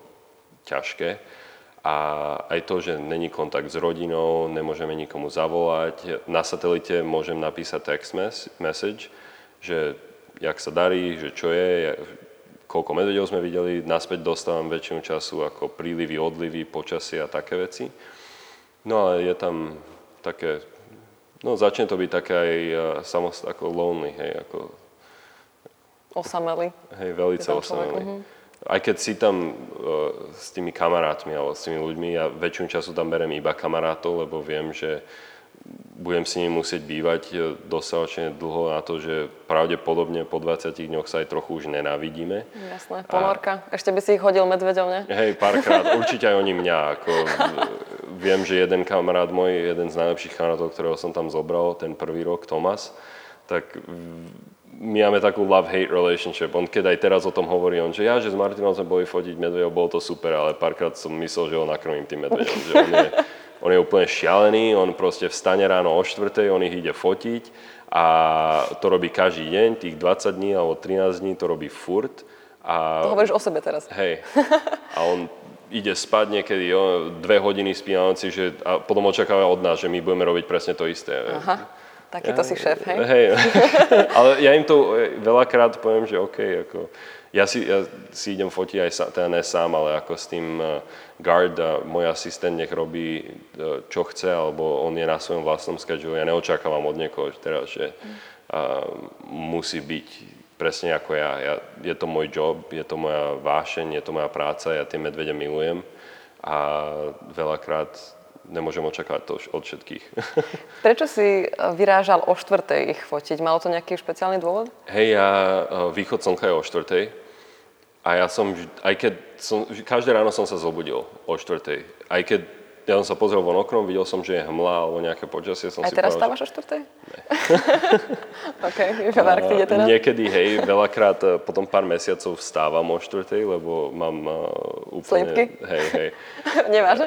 B: ťažké. A aj to, že není kontakt s rodinou, nemôžeme nikomu zavolať. Na satelite môžem napísať text message, že jak sa darí, že čo je, koľko medveďov sme videli. Naspäť dostávam väčšinu času ako prílivy, odlivy, počasie a také veci. No ale je tam také, no začne to byť také aj samost, ako lonely, hej, ako...
A: Osamelý.
B: Hej, veľmi osamelý. Uh-huh. Aj keď si tam uh, s tými kamarátmi alebo s tými ľuďmi, ja väčšinu času tam berem iba kamarátov, lebo viem, že budem s nimi musieť bývať dostatočne dlho na to, že pravdepodobne po dvadsiatich dňoch sa aj trochu už nenávidíme.
A: Jasné, ponorka. A... Ešte by si ich hodil medveďov, ne?
B: Hej, párkrát, určite aj oni mňa. Ako, viem, že jeden kamarát môj, jeden z najlepších kamarátov, ktorého som tam zobral ten prvý rok, Tomas, tak my máme takú love-hate relationship. On keď aj teraz o tom hovorí, on, že ja, že s Martinom sme boli fotiť medveďov, bolo to super, ale párkrát som myslel, že ho nakrmím tým medveďom. Že on, je, on je úplne šialený, on proste vstane ráno o štvrtej, on ich ide fotiť a to robí každý deň, tých dvadsať dní alebo trinásť dní to robí furt. A,
A: to hovoríš o sebe teraz.
B: Hej. A on ide spať niekedy, jo, dve hodiny spí na noci, že, a potom očakáva od nás, že my budeme robiť presne to isté.
A: Aha. Takýto ja, si šéf, hej?
B: Hej, ale ja im to veľakrát poviem, že OK, ako, ja, si, ja si idem fotiť aj sám, teda ne sám, ale ako s tým uh, guard a môj asistent nech robí uh, čo chce, alebo on je na svojom vlastnom schedule. Ja neočakávam od niekoho teraz, že uh, musí byť presne ako ja. ja. Je to môj job, je to moja vášeň, je to moja práca, ja tie medvede milujem a veľakrát nemôžem očakávať to od všetkých.
A: Prečo si vyrážal o štvrtej ich fotiť? Malo to nejaký špeciálny dôvod?
B: Hej, ja, východ slnka je o štvrtej a ja som, aj keď som, každé ráno som sa zobudil o štvrtej. Aj keď Ja som sa pozrel von oknom, videl som, že je hmla alebo nejaké počasie. Som
A: Aj
B: si
A: teraz
B: povedal,
A: stávaš o štvrtej? Ne. OK, v Antarktide teda?
B: Niekedy, hej, veľakrát eh, potom pár mesiacov vstávam o štvrtej, lebo mám uh, úplne...
A: Slípky?
B: Hej, hej.
A: Nevážne?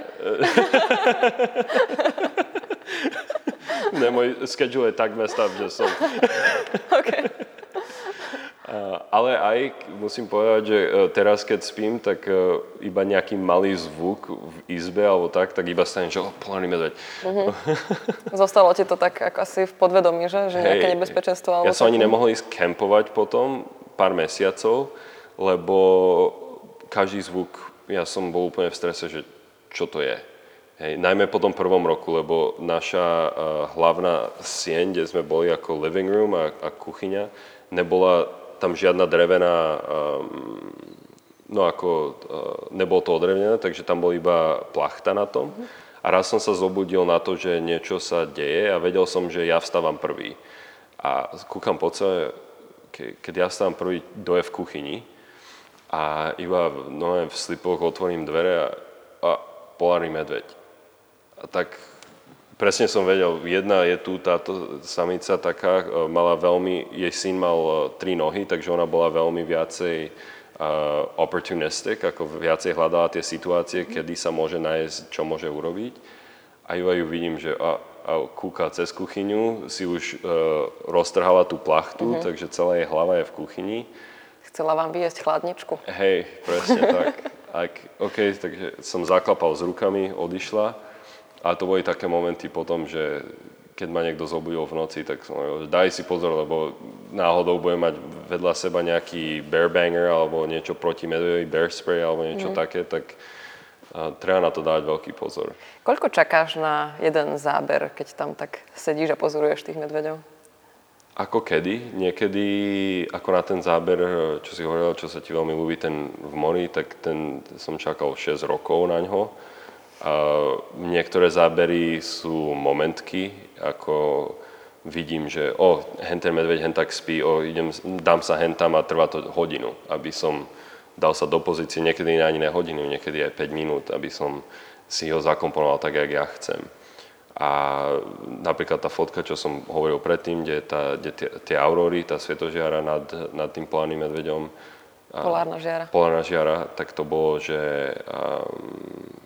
B: Ne, môj schedule je tak messed up, že som...
A: OK.
B: Ale aj musím povedať, že teraz keď spím, tak iba nejaký malý zvuk v izbe alebo tak, tak iba stanem, že oh, polárny medveď.
A: Uh-huh. Zostalo ti to tak ako asi v podvedomí, že? Že nejaké
B: Hej,
A: nebezpečenstvo? Alebo
B: ja som ani
A: také?
B: nemohol ísť kempovať potom pár mesiacov, lebo každý zvuk, ja som bol úplne v strese, že čo to je. Hej, najmä po tom prvom roku, lebo naša uh, hlavná sieň, kde sme boli ako living room a, a kuchyňa, nebola tam žiadna drevená, um, no ako, uh, nebolo to odrevenené, takže tam bol iba plachta na tom. A raz som sa zobudil na to, že niečo sa deje a vedel som, že ja vstávam prvý. A kúkam po celé, ke, keď ja vstávam prvý, kto je v kuchyni a iba no, v slipoch otvorím dvere a, a polárny medveď. A tak presne som vedel, jedna je tu táto samica taká, mala veľmi, jej syn mal tri nohy, takže ona bola veľmi viacej uh, opportunistic, ako viacej hľadala tie situácie, kedy sa môže nájsť, čo môže urobiť. A iba ju vidím, že a, a kúka cez kuchyňu, si už uh, roztrhala tú plachtu, mm-hmm. takže celá jej hlava je v kuchyni.
A: Chcela vám vyjesť chladničku.
B: Hej, presne tak. Ak, OK, takže som zaklapal s rukami, odišla. A to boli také momenty potom, že keď ma niekto zobudil v noci, tak som hovoril, daj si pozor, lebo náhodou budem mať vedľa seba nejaký bear banger alebo niečo proti medvedovi, bear spray alebo niečo mm. také, tak uh, treba na to dávať veľký pozor.
A: Koľko čakáš na jeden záber, keď tam tak sedíš a pozoruješ tých medveďov?
B: Ako kedy? Niekedy, ako na ten záber, čo si hovoril, čo sa ti veľmi ľúbi, ten v mori, tak ten som čakal šesť rokov na ňo. Uh, niektoré zábery sú momentky, ako vidím, že o, hen ten medveď hen tak spí, o, idem, dám sa hen tam a trvá to hodinu, aby som dal sa do pozície, niekedy ani ne hodinu, niekedy aj päť minút, aby som si ho zakomponoval tak, jak ja chcem. A napríklad tá fotka, čo som hovoril predtým, kde, tá, kde tie, tie auróry, tá svetožiara nad, nad tým polárnym medveďom.
A: Polárna žiara.
B: Polárna žiara, tak to bolo, že um,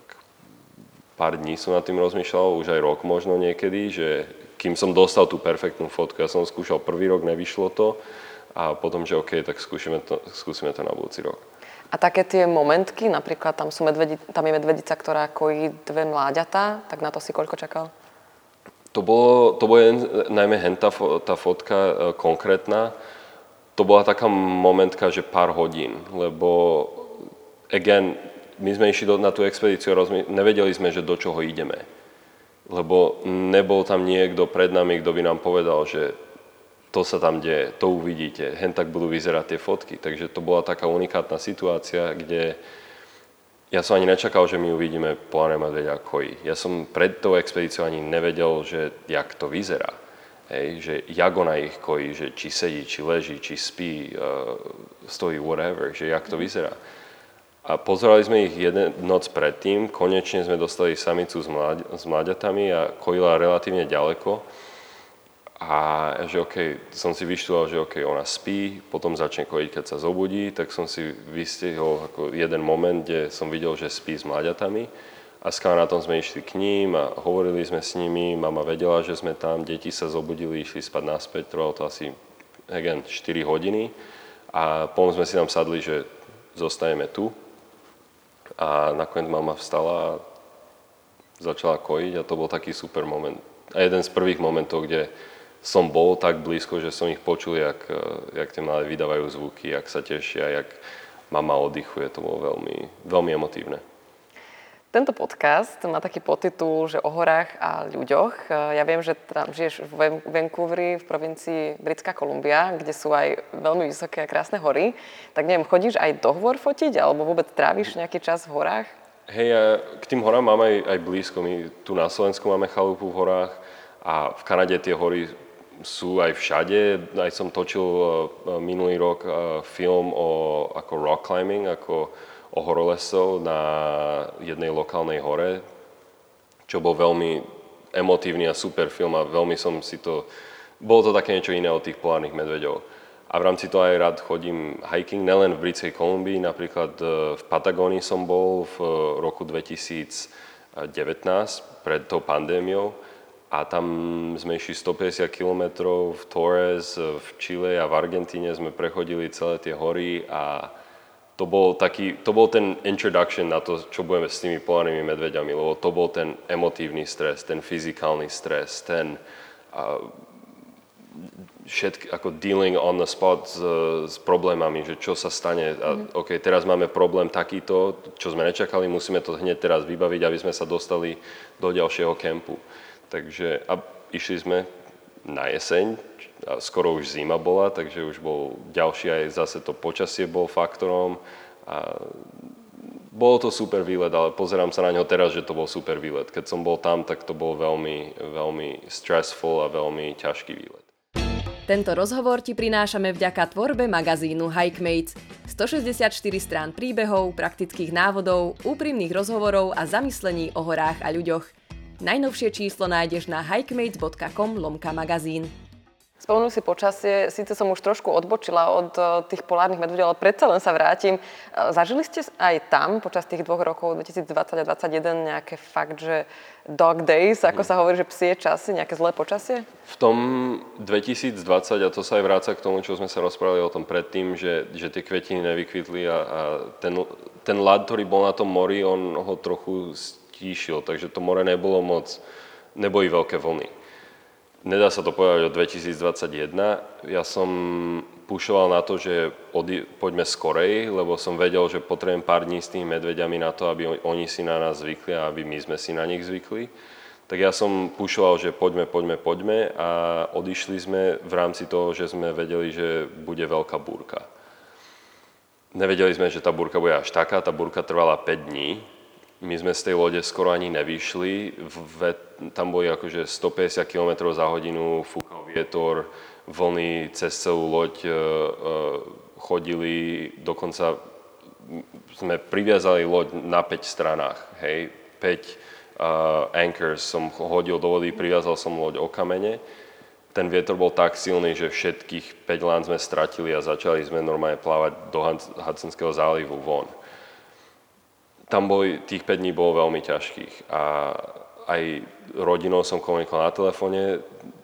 B: pár dní som nad tým rozmýšľal, už aj rok možno niekedy, že kým som dostal tú perfektnú fotku, ja som skúšal prvý rok, nevyšlo to a potom, že OK, tak skúsime to, skúsime to na budúci rok.
A: A také tie momentky, napríklad tam, sú medvedi, tam je medvedica, ktorá kojí dve mláďatá, tak na to si koľko čakal?
B: To bolo, to bolo najmä hen tá, tá fotka e, konkrétna, to bola taká momentka, že pár hodín, lebo again, my sme išli do, na tú expedíciu a rozmi- nevedeli sme, že do čoho ideme. Lebo nebol tam niekto pred nami, kto by nám povedal, že to sa tam deje, to uvidíte, hen tak budú vyzerať tie fotky. Takže to bola taká unikátna situácia, kde ja som ani nečakal, že my uvidíme polárne medveďa kojí. Ja som pred tou expedíciou ani nevedel, že jak to vyzerá. Hej, že jak ona ich kojí, že či sedí, či leží, či spí, uh, stojí, whatever, že jak to vyzerá. A pozerali sme ich jeden noc predtým, konečne sme dostali samicu s, mláď, s mláďatami a kojila relatívne ďaleko. A že OK, som si vyštúval, že OK, ona spí, potom začne kojiť, keď sa zobudí, tak som si vystihol ako jeden moment, kde som videl, že spí s mláďatami. A s kamarátom sme išli k ním a hovorili sme s nimi, mama vedela, že sme tam, deti sa zobudili, išli spať naspäť, trvalo to asi again, štyri hodiny. A potom sme si tam sadli, že zostaneme tu. A nakoniec mama vstala a začala kojiť a to bol taký super moment. A jeden z prvých momentov, kde som bol tak blízko, že som ich počul, jak, jak tie malé vydávajú zvuky, jak sa tešia, jak mama oddychuje. To bolo veľmi, veľmi emotívne.
A: Tento podcast má taký podtitul, že o horách a ľuďoch. Ja viem, že tam žiješ v Vancouveri, v provincii Britská Kolumbia, kde sú aj veľmi vysoké a krásne hory. Tak neviem, chodíš aj do hôr fotiť, alebo vôbec tráviš nejaký čas v horách?
B: Hej, ja k tým horám mám aj, aj blízko. My tu na Slovensku máme chalupu v horách a v Kanade tie hory sú aj všade. Aj som točil minulý rok film o ako rock climbing, ako o horolesov na jednej lokálnej hore. čo bol veľmi emotívny a super film a veľmi som si to... Bolo to také niečo iné od tých polárnych medveďov. A v rámci toho aj rád chodím hiking, nelen v Britskej Kolumbii, napríklad v Patagónii som bol v roku dvetisícdevätnásť, pred tou pandémiou. A tam sme išli stopäťdesiat kilometrov v Torres, v Čile a v Argentíne sme prechodili celé tie hory a to bol taký, to bol ten introduction na to, čo budeme s tými polárnymi medveďami, lebo to bol ten emotívny stres, ten fyzikálny stres, ten uh, všetky, ako dealing on the spot s, s problémami, že čo sa stane. A, mm. OK, teraz máme problém takýto, čo sme nečakali, musíme to hneď teraz vybaviť, aby sme sa dostali do ďalšieho kempu. Takže a išli sme na jeseň, a skoro už zima bola, takže už bol ďalší aj zase to počasie bol faktorom. A bolo to super výlet, ale pozerám sa na ňo teraz, že to bol super výlet. Keď som bol tam, tak to bol veľmi, veľmi stressful a veľmi ťažký výlet.
A: Tento rozhovor ti prinášame vďaka tvorbe magazínu Hikemates. stošesťdesiatštyri strán príbehov, praktických návodov, úprimných rozhovorov a zamyslení o horách a ľuďoch. Najnovšie číslo nájdeš na hikemates bodka com lomka magazín. Spomenul si počasie, síce som už trošku odbočila od tých polárnych medvedov, ale predsa len sa vrátim. Zažili ste aj tam počas tých dvoch rokov dvetisícdvadsať a dvadsaťjeden nejaké fakt, že dog days, ako sa hovorí, že psie časy, nejaké zlé počasie?
B: V tom dvetisícdvadsať, a to sa aj vráca k tomu, čo sme sa rozprávali o tom predtým, že, že tie kvetiny nevykvitli a, a ten, ten ľad, ktorý bol na tom mori, on ho trochu stíšil, takže to more nebolo moc, neboli veľké vlny. Nedá sa to povedať o dvetisícdvadsaťjeden. Ja som púšoval na to, že odi- poďme skorej, lebo som vedel, že potrebujem pár dní s tými medveďami na to, aby oni si na nás zvykli a aby my sme si na nich zvykli. Tak ja som púšoval, že poďme, poďme, poďme a odišli sme v rámci toho, že sme vedeli, že bude veľká búrka. Nevedeli sme, že tá búrka bude až taká, tá búrka trvala päť dní. My sme z tej lode skoro ani nevyšli, v, tam boli akože stopäťdesiat kilometrov za hodinu, fúkal vietor, vlny cez celú loď e, e, chodili, dokonca sme priviazali loď na päť stranách, hej, päť uh, anchors som hodil do vody, priviazal som loď o kamene. Ten vietor bol tak silný, že všetkých päť lán sme stratili a začali sme normálne plávať do Hudsonského zálivu von. Tam boli, tých päť dní bolo veľmi ťažkých a aj rodinou som komunikoval na telefóne.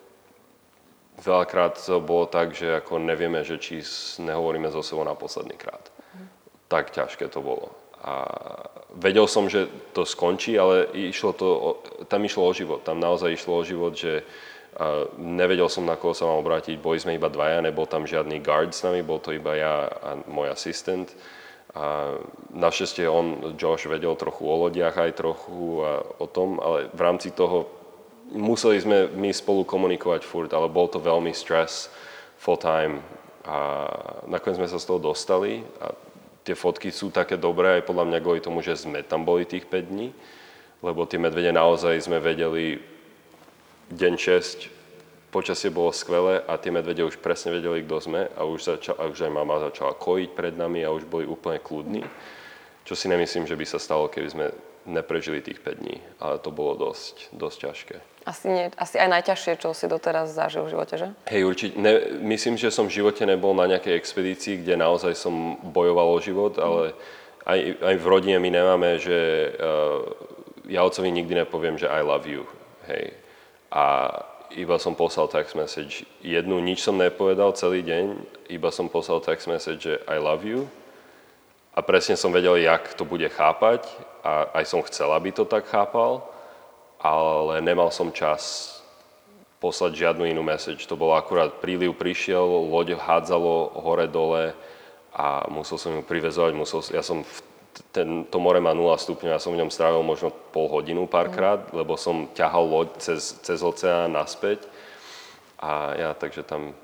B: Veľakrát to bolo tak, že ako nevieme, že či nehovoríme so sebou na posledný krát. Mm. Tak ťažké to bolo. A vedel som, že to skončí, ale išlo to, tam išlo o život. Tam naozaj išlo o život, že nevedel som, na koho sa mám obrátiť. Boli sme iba dvaja, nebol tam žiadny guard s nami, bol to iba ja a môj asistent. A našťastie on, Josh, vedel trochu o lodiach aj trochu a o tom, ale v rámci toho museli sme my spolu komunikovať furt, ale bol to veľmi stress full time a nakoniec sme sa z toho dostali a tie fotky sú také dobré aj podľa mňa kvôli tomu, že sme tam boli tých päť dní, lebo tie medvede naozaj sme vedeli deň šesť, počasie bolo skvelé a tie medvede už presne vedeli, kto sme a už, začal, a už aj mama začala kojiť pred nami a už boli úplne kľudní. Čo si nemyslím, že by sa stalo, keby sme neprežili tých päť dní, ale to bolo dosť, dosť ťažké.
A: Asi, nie, asi aj najťažšie, čo si doteraz zažil v živote, že?
B: Hej, určite. Ne, myslím, že som v živote nebol na nejakej expedícii, kde naozaj som bojoval o život, ale aj, aj v rodine my nemáme, že uh, ja otcovi nikdy nepoviem, že I love you. Hej. A iba som poslal text message. Jednu nič som nepovedal celý deň, iba som poslal text message, že I love you. A presne som vedel, jak to bude chápať a aj som chcel, aby to tak chápal, ale nemal som čas poslať žiadnu inú message. To bolo akurát príliv prišiel, loď hádzalo hore-dole a musel som ju privezovať. Musel, ja som v Ten, to more má nula stupňov, ja som v ňom strávil možno pol hodinu párkrát, mm. lebo som ťahal loď cez, cez oceán naspäť a ja, takže tam...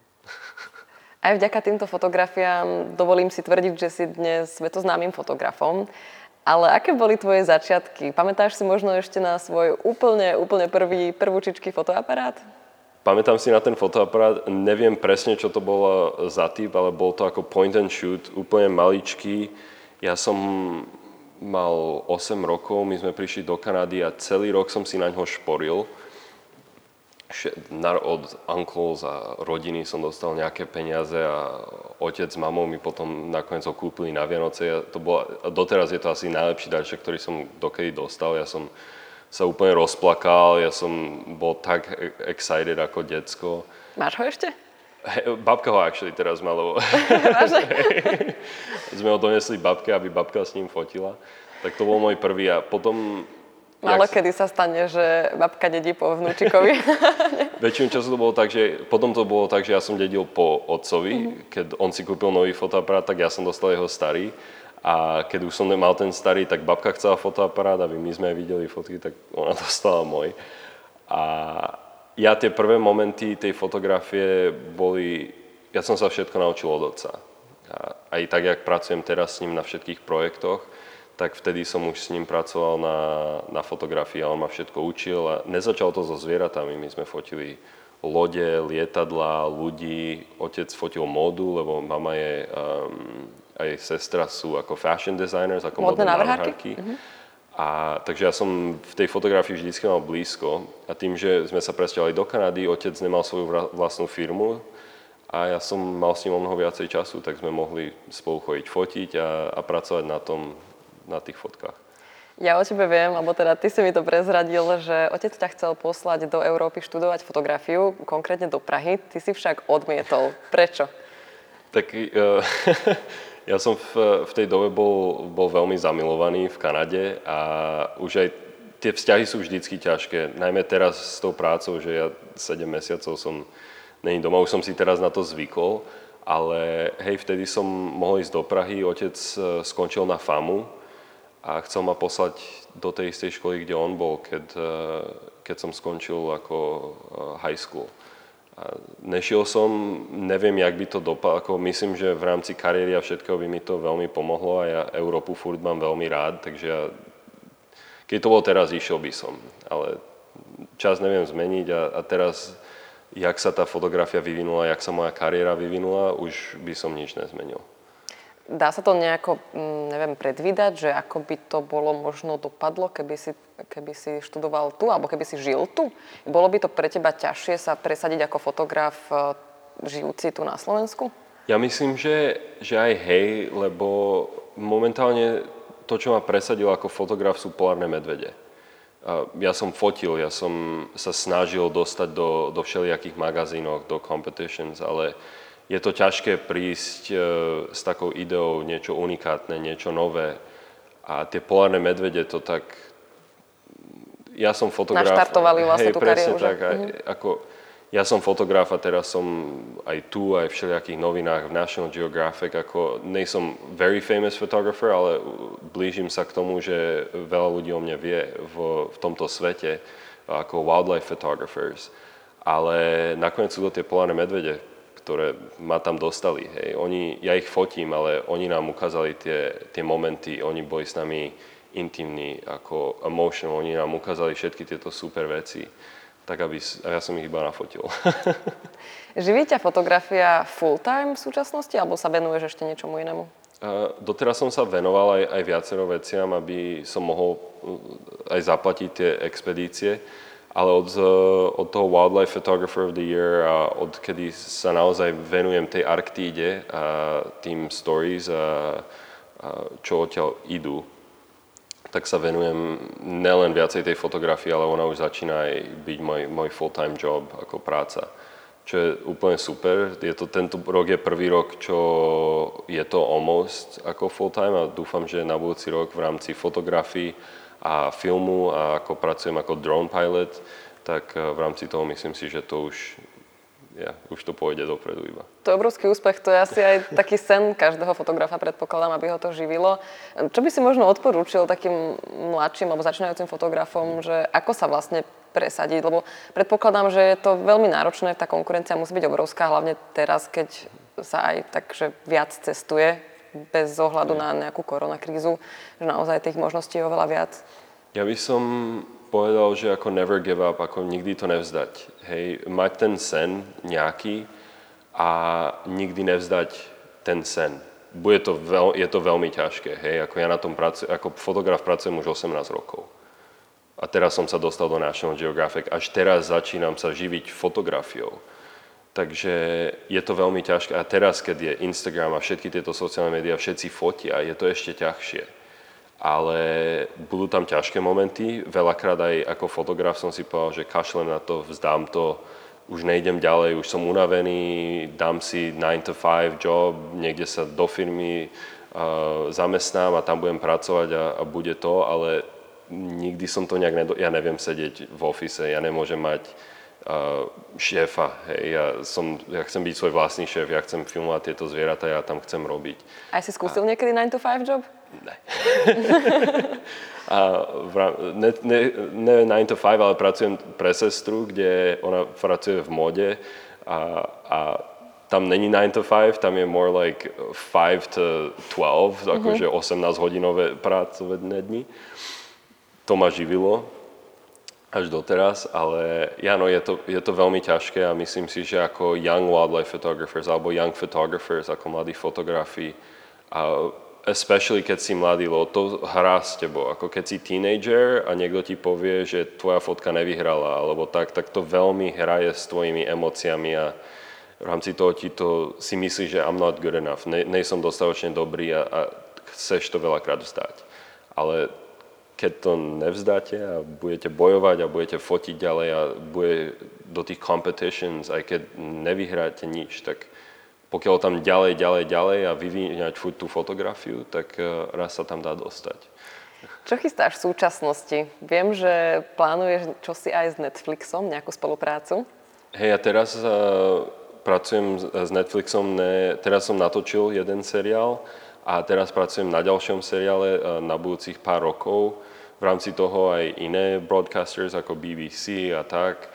A: Aj vďaka týmto fotografiám dovolím si tvrdiť, že si dnes svetoznámym fotografom, ale aké boli tvoje začiatky? Pamätáš si možno ešte na svoj úplne, úplne prvý, prvúčičký fotoaparát?
B: Pamätám si na ten fotoaparát, neviem presne, čo to bolo za typ, ale bol to ako point and shoot, úplne maličký. Ja som mal osem rokov, my sme prišli do Kanady a celý rok som si na ňo šporil. Od uncles a rodiny som dostal nejaké peniaze a otec s mamou mi potom nakoniec ho kúpili na Vianoce. Ja, to bola, doteraz je to asi najlepší darček, ktorý som dokedy dostal. Ja som sa úplne rozplakal, ja som bol tak excited ako decko.
A: Máš ho ešte?
B: Hey, babka ho actually teraz má, lebo sme ho donesli babke, aby babka s ním fotila. Tak to bol môj prvý a potom...
A: Málo kedy sa stane, že babka dedí po vnúčikovi.
B: Väčšinu času to bolo tak, že potom to bolo tak, že ja som dedil po otcovi. Mm-hmm. Keď on si kúpil nový fotoaparát, tak ja som dostal jeho starý. A keď už som nemal ten starý, tak babka chcela fotoaparát, aby my sme aj videli fotky, tak ona dostala môj. A ja tie prvé momenty tej fotografie boli... Ja som sa všetko naučil od otca. A aj tak, jak pracujem teraz s ním na všetkých projektoch, tak vtedy som už s ním pracoval na, na fotografii a on ma všetko učil a nezačal to so zvieratami, my sme fotili lode, lietadlá, ľudí, otec fotil módu, lebo mama je, um, aj sestra sú ako fashion designers, ako modné návrhárky. Uh-huh. A takže ja som v tej fotografii vždycky mal blízko a tým, že sme sa presťahovali do Kanady, otec nemal svoju vlastnú firmu a ja som mal s ním o mnoho viacej času, tak sme mohli spolu chodiť fotiť a, a pracovať na tom, na tých fotkách.
A: Ja o tebe viem, alebo teda ty si mi to prezradil, že otec ťa chcel poslať do Európy študovať fotografiu, konkrétne do Prahy. Ty si však odmietol. Prečo?
B: Tak uh, ja som v, v tej dobe bol, bol veľmi zamilovaný v Kanade a už aj tie vzťahy sú vždycky ťažké. Najmä teraz s tou prácou, že ja sedem mesiacov som není doma, už som si teraz na to zvykol, ale hej, vtedy som mohol ísť do Prahy, otec skončil na FAMu, a chcel ma poslať do tej istej školy, kde on bol, keď, keď som skončil ako high school. A nešiel som, neviem, jak by to dopadlo, myslím, že v rámci kariéry a všetkého by mi to veľmi pomohlo a ja Európu furt mám veľmi rád, takže ja, keď to bolo teraz, išiel by som. Ale čas neviem zmeniť a, a teraz, jak sa tá fotografia vyvinula, jak sa moja kariéra vyvinula, už by som nič nezmenil.
A: Dá sa to nejako, neviem, predvídať, že ako by to bolo možno dopadlo, keby si, keby si študoval tu, alebo keby si žil tu? Bolo by to pre teba ťažšie sa presadiť ako fotograf žijúci tu na Slovensku?
B: Ja myslím, že, že aj hej, lebo momentálne to, čo ma presadilo ako fotograf, sú polárne medvede. Ja som fotil, ja som sa snažil dostať do, do všelijakých magazínov, do competitions, ale je to ťažké prísť e, s takou ideou niečo unikátne, niečo nové. A tie polárne medvede to tak... Ja som fotograf...
A: Naštartovali vlastne
B: hej,
A: tú kariéru,
B: tak, aj, mm-hmm. ako, ja som fotograf a teraz som aj tu, aj v všelijakých novinách, v National Geographic. Ako, nejsom very famous photographer, ale blížim sa k tomu, že veľa ľudí o mne vie v, v tomto svete ako wildlife photographers. Ale nakoniec sú to tie polárne medvede, ktoré ma tam dostali. Hej. Oni, ja ich fotím, ale oni nám ukázali tie, tie momenty, oni boli s nami intimní, ako emotional, oni nám ukázali všetky tieto super veci, tak aby, a ja som ich iba nafotil.
A: Živí ťa fotografia full time v súčasnosti, alebo sa venuješ ešte niečomu inému?
B: Uh, doteraz som sa venoval aj, aj viacero veciam, aby som mohol aj zaplatiť tie expedície. Ale od, od toho Wildlife Photographer of the Year a odkedy sa naozaj venujem tej Arktíde a tým stories a, a čo odtiaľ idú, tak sa venujem nelen viacej tej fotografii, ale ona už začína aj byť môj, môj full-time job ako práca. Čo je úplne super. Je to, tento rok je prvý rok, čo je to almost ako full-time a dúfam, že na budúci rok v rámci fotografii a filmu a ako pracujem ako drone pilot, tak v rámci toho myslím si, že to už, ja, už to pôjde dopredu iba.
A: To je obrovský úspech, to je asi aj taký sen každého fotografa, predpokladám, aby ho to živilo. Čo by si možno odporúčil takým mladším alebo začínajúcim fotografom, že ako sa vlastne presadiť, lebo predpokladám, že je to veľmi náročné, tá konkurencia musí byť obrovská, hlavne teraz, keď sa aj takže viac cestuje, bez ohľadu na nejakú koronakrízu, že naozaj tých možností je oveľa viac.
B: Ja by som povedal, že ako never give up, ako nikdy to nevzdať. Hej, mať ten sen nejaký a nikdy nevzdať ten sen. bude to veľ, je to veľmi ťažké, hej, ako ja na tom pracujem, ako fotograf pracujem už osemnásť rokov. A teraz som sa dostal do National Geographic, až teraz začínam sa živiť fotografiou. Takže je to veľmi ťažké. A teraz, keď je Instagram a všetky tieto sociálne médiá, všetci fotia, je to ešte ťažšie. Ale budú tam ťažké momenty. Veľakrát aj ako fotograf som si povedal, že kašlem na to, vzdám to, už nejdem ďalej, už som unavený, dám si nine to five job, niekde sa do firmy uh, zamestnám a tam budem pracovať a, a bude to, ale nikdy som to nejak, nedo... ja neviem sedieť v office, ja nemôžem mať uh, šéfa, hej, ja, som, ja chcem byť svoj vlastný šéf, ja chcem filmovať tieto zvieratá, ja tam chcem robiť.
A: Aj si skúsil a... niekedy nine to five job?
B: Ne. a v, ne, ne, ne nine to five, ale pracujem pre sestru, kde ona pracuje v móde a, a tam není nine to five, tam je more like five to twelve, mm-hmm. akože osemnásť hodinové pracovné dni. To ma živilo až doteraz, ale áno, je to, je to veľmi ťažké a myslím si, že ako young wildlife photographers alebo young photographers, ako mladí fotografi, a especially keď si mladý, lebo to hrá s tebou. Ako keď si teenager a niekto ti povie, že tvoja fotka nevyhrala alebo tak, tak to veľmi hraje s tvojimi emóciami a v rámci toho ti to si myslíš, že I'm not good enough, ne, nejsom dostatočne dobrý a, a chceš to veľakrát vzdať. Ale keď to nevzdáte a budete bojovať a budete fotiť ďalej a bude do tých competitions, aj keď nevyhráte nič, tak pokiaľ tam ďalej, ďalej, ďalej a vyvíjať tú fotografiu, tak raz sa tam dá dostať.
A: Čo chystáš v súčasnosti? Viem, že plánuješ čosi aj s Netflixom, nejakú spoluprácu.
B: Hej, ja teraz uh, pracujem s Netflixom, ne, teraz som natočil jeden seriál, a teraz pracujem na ďalšom seriále na budúcich pár rokov. V rámci toho aj iné broadcasters ako bé bé cé a tak.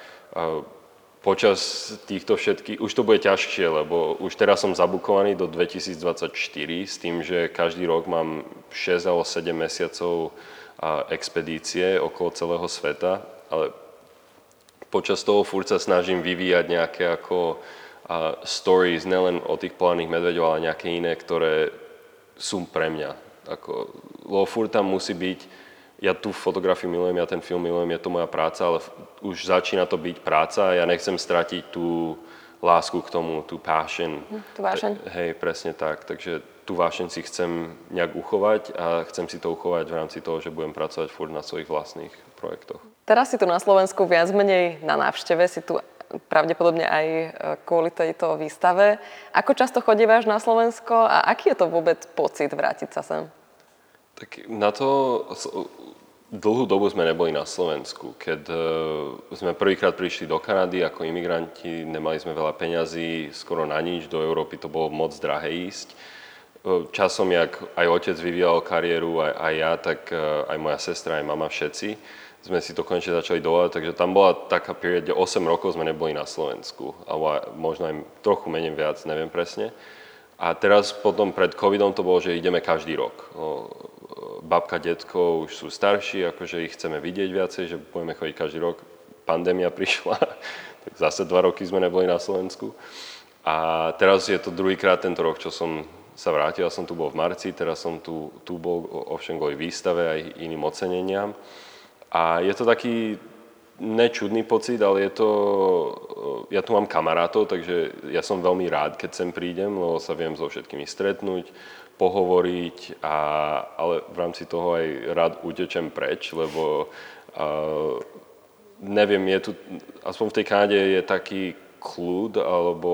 B: Počas týchto všetkých, už to bude ťažšie, lebo už teraz som zabukovaný do dvetisícdvadsaťštyri s tým, že každý rok mám šesť alebo sedem mesiacov expedície okolo celého sveta, ale počas toho furt sa snažím vyvíjať nejaké ako stories, nelen o tých polárnych medveďov, ale nejaké iné, ktoré sú pre mňa. Ako, lebo furt tam musí byť, ja tú fotografiu milujem, ja ten film milujem, je to moja práca, ale už začína to byť práca a ja nechcem stratiť tú lásku k tomu, tú passion.
A: Tú vášeň.
B: Hej, presne tak. Takže tú vášeň si chcem nejak uchovať a chcem si to uchovať v rámci toho, že budem pracovať furt na svojich vlastných projektoch.
A: Teraz si tu na Slovensku viac menej na návšteve, si tu pravdepodobne aj kvôli tejto výstave. Ako často chodívaš na Slovensko a aký je to vôbec pocit vrátiť sa sem?
B: Tak na to dlhú dobu sme neboli na Slovensku. Keď sme prvýkrát prišli do Kanady ako imigranti, nemali sme veľa peňazí, skoro na nič, do Európy to bolo moc drahé ísť. Časom, jak aj otec vyvíjal kariéru, aj, aj ja, tak aj moja sestra, aj mama, všetci sme si to konečne začali dovolať, takže tam bola taká period, kde osem rokov sme neboli na Slovensku, alebo možno aj trochu menej viac, neviem presne. A teraz potom pred covidom to bolo, že ideme každý rok. Babka, detko už sú starší, akože ich chceme vidieť viacej, že budeme chodiť každý rok. Pandémia prišla, tak zase dva roky sme neboli na Slovensku. A teraz je to druhýkrát tento rok, čo som sa vrátil, ja som tu bol v marci, teraz som tu, tu bol ovšem kvôli výstave aj iným oceneniam. A je to taký nečudný pocit, ale je to, ja tu mám kamarátov, takže ja som veľmi rád, keď sem prídem, lebo sa viem so všetkými stretnúť, pohovoriť, a, ale v rámci toho aj rád utečem preč, lebo a, neviem, je tu, aspoň v tej Kanade je taký kľud, alebo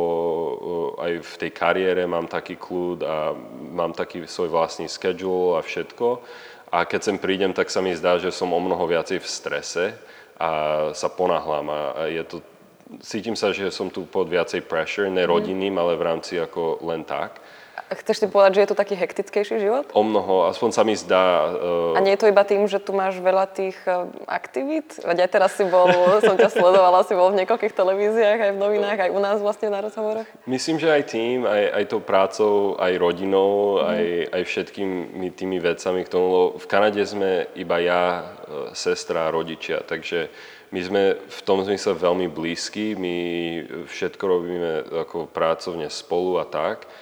B: aj v tej kariére mám taký kľud a mám taký svoj vlastný schedule a všetko. A keď sem prídem, tak sa mi zdá, že som o mnoho viacej v strese a sa ponáhľam a je to, cítim sa, že som tu pod viacej pressure, ne rodinným, ale v rámci ako len tak.
A: Chceš si povedať, že je to taký hektickejší život?
B: O mnoho, aspoň sa mi zdá. Uh...
A: A nie je to iba tým, že tu máš veľa tých uh, aktivít? Veď aj teraz si bol, som ťa sledovala, si bol v niekoľkých televíziách, aj v novinách, aj u nás vlastne na rozhovoroch. Myslím,
B: že aj tým, aj, aj tou prácou, aj rodinou, mm. aj, aj všetkými tými vecami k tomu. V Kanade sme iba ja, sestra a rodičia, takže my sme v tom zmysle veľmi blízki, my všetko robíme ako pracovne spolu a tak.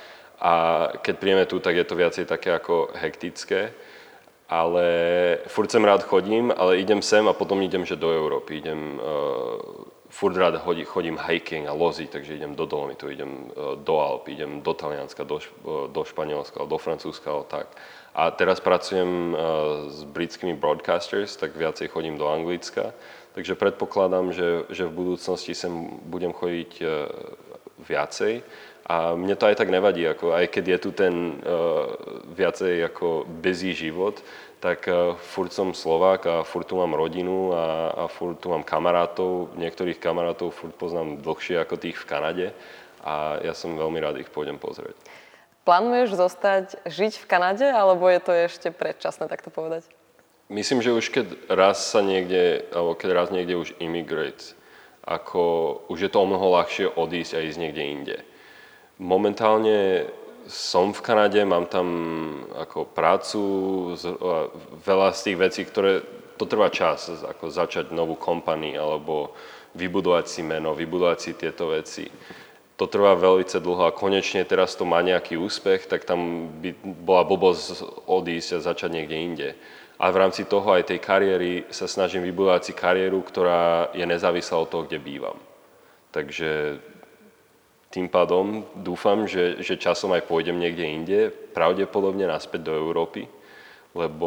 B: A keď príjeme tu, tak je to viacej také ako hektické. Ale furt sem rád chodím, ale idem sem a potom idem, že do Európy. Idem, uh, furt rád chodím, chodím hiking a loziť, takže idem do Dolomitu, idem uh, do Alp, idem do Talianska, do, uh, do Španielska, do Francúzska, tak. A teraz pracujem uh, s britskými broadcasters, tak viacej chodím do Anglicka. Takže predpokladám, že, že v budúcnosti sem budem chodiť uh, viacej. A mne to aj tak nevadí, ako aj keď je tu ten uh, viacej ako busy život, tak uh, furt som Slovák a furt tu mám rodinu a, a furt tu mám kamarátov. Niektorých kamarátov furt poznám dlhšie ako tých v Kanade a ja som veľmi rád ich pôjdem pozrieť.
A: Plánuješ zostať žiť v Kanade, alebo je to ešte predčasné, tak to povedať?
B: Myslím, že už keď raz sa niekde, alebo keď raz niekde už immigrate, ako už je to o mnoho ľahšie odísť a ísť niekde inde. Momentálne som v Kanade, mám tam ako prácu, veľa z tých vecí, ktoré to trvá čas, ako začať novú company alebo vybudovať si meno, vybudovať si tieto veci. To trvá veľmi dlho a konečne teraz to má nejaký úspech, tak tam by bola blbosť odísť a začať niekde inde. A v rámci toho aj tej kariéry sa snažím vybudovať si kariéru, ktorá je nezávislá od toho, kde bývam. Takže tým pádom dúfam, že, že časom aj pôjdem niekde inde, pravdepodobne naspäť do Európy, lebo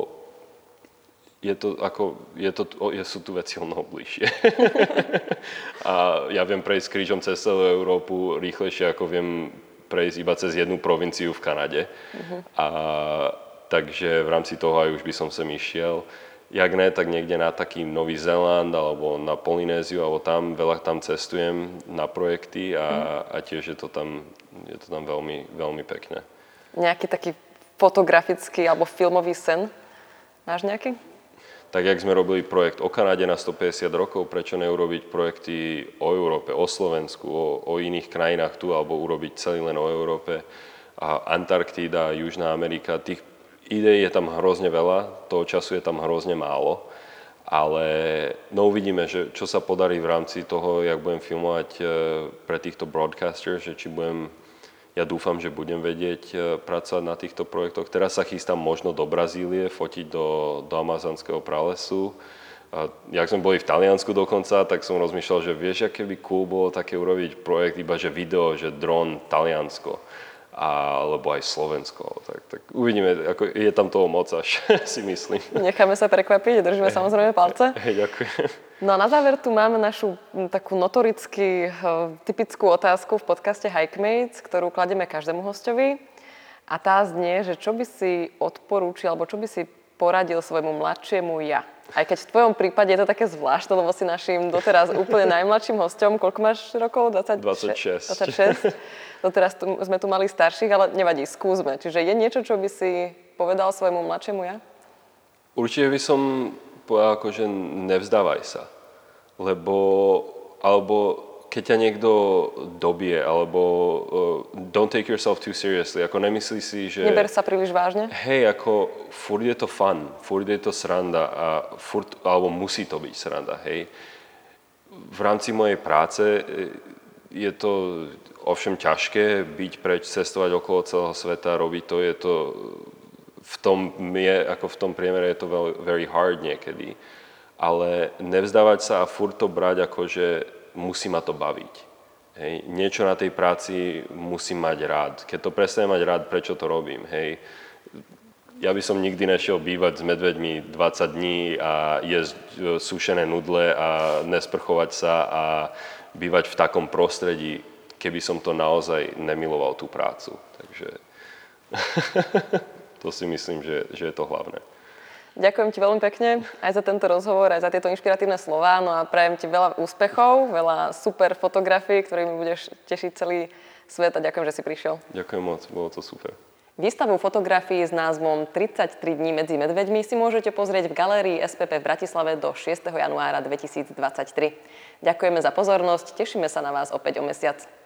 B: je to ako, je to, sú tu veci o mnoho bližšie. A ja viem prejsť krížom cez celú Európu rýchlejšie, ako viem prejsť iba cez jednu provinciu v Kanade. Uh-huh. A takže v rámci toho aj už by som sem išiel. Jak ne, tak niekde na taký Nový Zéland alebo na Polynéziu, alebo tam, veľa tam cestujem na projekty a, a tiež je to tam, je to tam veľmi, veľmi pekné. Nejaký
A: taký fotografický alebo filmový sen? Máš nejaký?
B: Tak jak sme robili projekt o Kanade na stopäťdesiat rokov, prečo neurobiť projekty o Európe, o Slovensku, o, o iných krajinách tu, alebo urobiť celý len o Európe. A Antarktída, Južná Amerika, tých ideí je tam hrozne veľa, toho času je tam hrozne málo, ale no uvidíme, že čo sa podarí v rámci toho, jak budem filmovať pre týchto broadcasters, že či budem, ja dúfam, že budem vedieť pracovať na týchto projektoch. Teraz sa chystám možno do Brazílie, fotiť do, do amazonského pralesu. A jak sme boli v Taliansku dokonca, tak som rozmýšľal, že vieš, aké by cool bolo také urobiť projekt, iba že video, že dron Taliansko. Alebo aj Slovensko. Tak, tak uvidíme, ako je tam toho moc až, si myslím.
A: Necháme sa prekvapiť, držíme samozrejme palce.
B: Hej, ďakujem.
A: No a na záver tu máme našu takú notoricky typickú otázku v podcaste Hikemates, ktorú kladieme každému hostovi. A tá znie, že čo by si odporúčil, alebo čo by si poradil svojmu mladšiemu ja. Aj keď v tvojom prípade je to také zvláštne, lebo si našim doteraz úplne najmladším hosťom. Koľko máš rokov? dvadsať,
B: dvadsaťšesť.
A: dvadsaťšesť. Doteraz tu, sme tu mali starších, ale nevadí, skúsme. Čiže je niečo, čo by si povedal svojmu mladšiemu ja?
B: Určite by som povedal, že nevzdávaj sa. Lebo, alebo keď ťa niekto dobije, alebo uh, don't take yourself too seriously, ako nemyslí si, že...
A: Neber sa príliš vážne?
B: Hej, ako furt je to fun, furt je to sranda a furt, alebo musí to byť sranda, hej. V rámci mojej práce je to ovšem ťažké byť preč, cestovať okolo celého sveta, robiť to, je to... V tom, je, ako v tom priemere je to very hard niekedy. Ale nevzdávať sa a furt to brať ako, že musí ma to baviť. Hej. Niečo na tej práci musím mať rád. Keď to prestanem mať rád, prečo to robím? Hej. Ja by som nikdy nešiel bývať s medveďmi dvadsať dní a jesť sušené nudle a nesprchovať sa a bývať v takom prostredí, keby som to naozaj nemiloval tú prácu. Takže to si myslím, že, že je to hlavné.
A: Ďakujem ti veľmi pekne aj za tento rozhovor, aj za tieto inšpiratívne slová. No a prajem ti veľa úspechov, veľa super fotografií, ktorými budeš tešiť celý svet a ďakujem, že si prišiel.
B: Ďakujem moc, bolo to super.
A: Výstavu fotografií s názvom tridsaťtri dní medzi medveďmi si môžete pozrieť v galérii es pé pé v Bratislave do šiesteho januára dvetisícdvadsaťtri. Ďakujeme za pozornosť, tešíme sa na vás opäť o mesiac.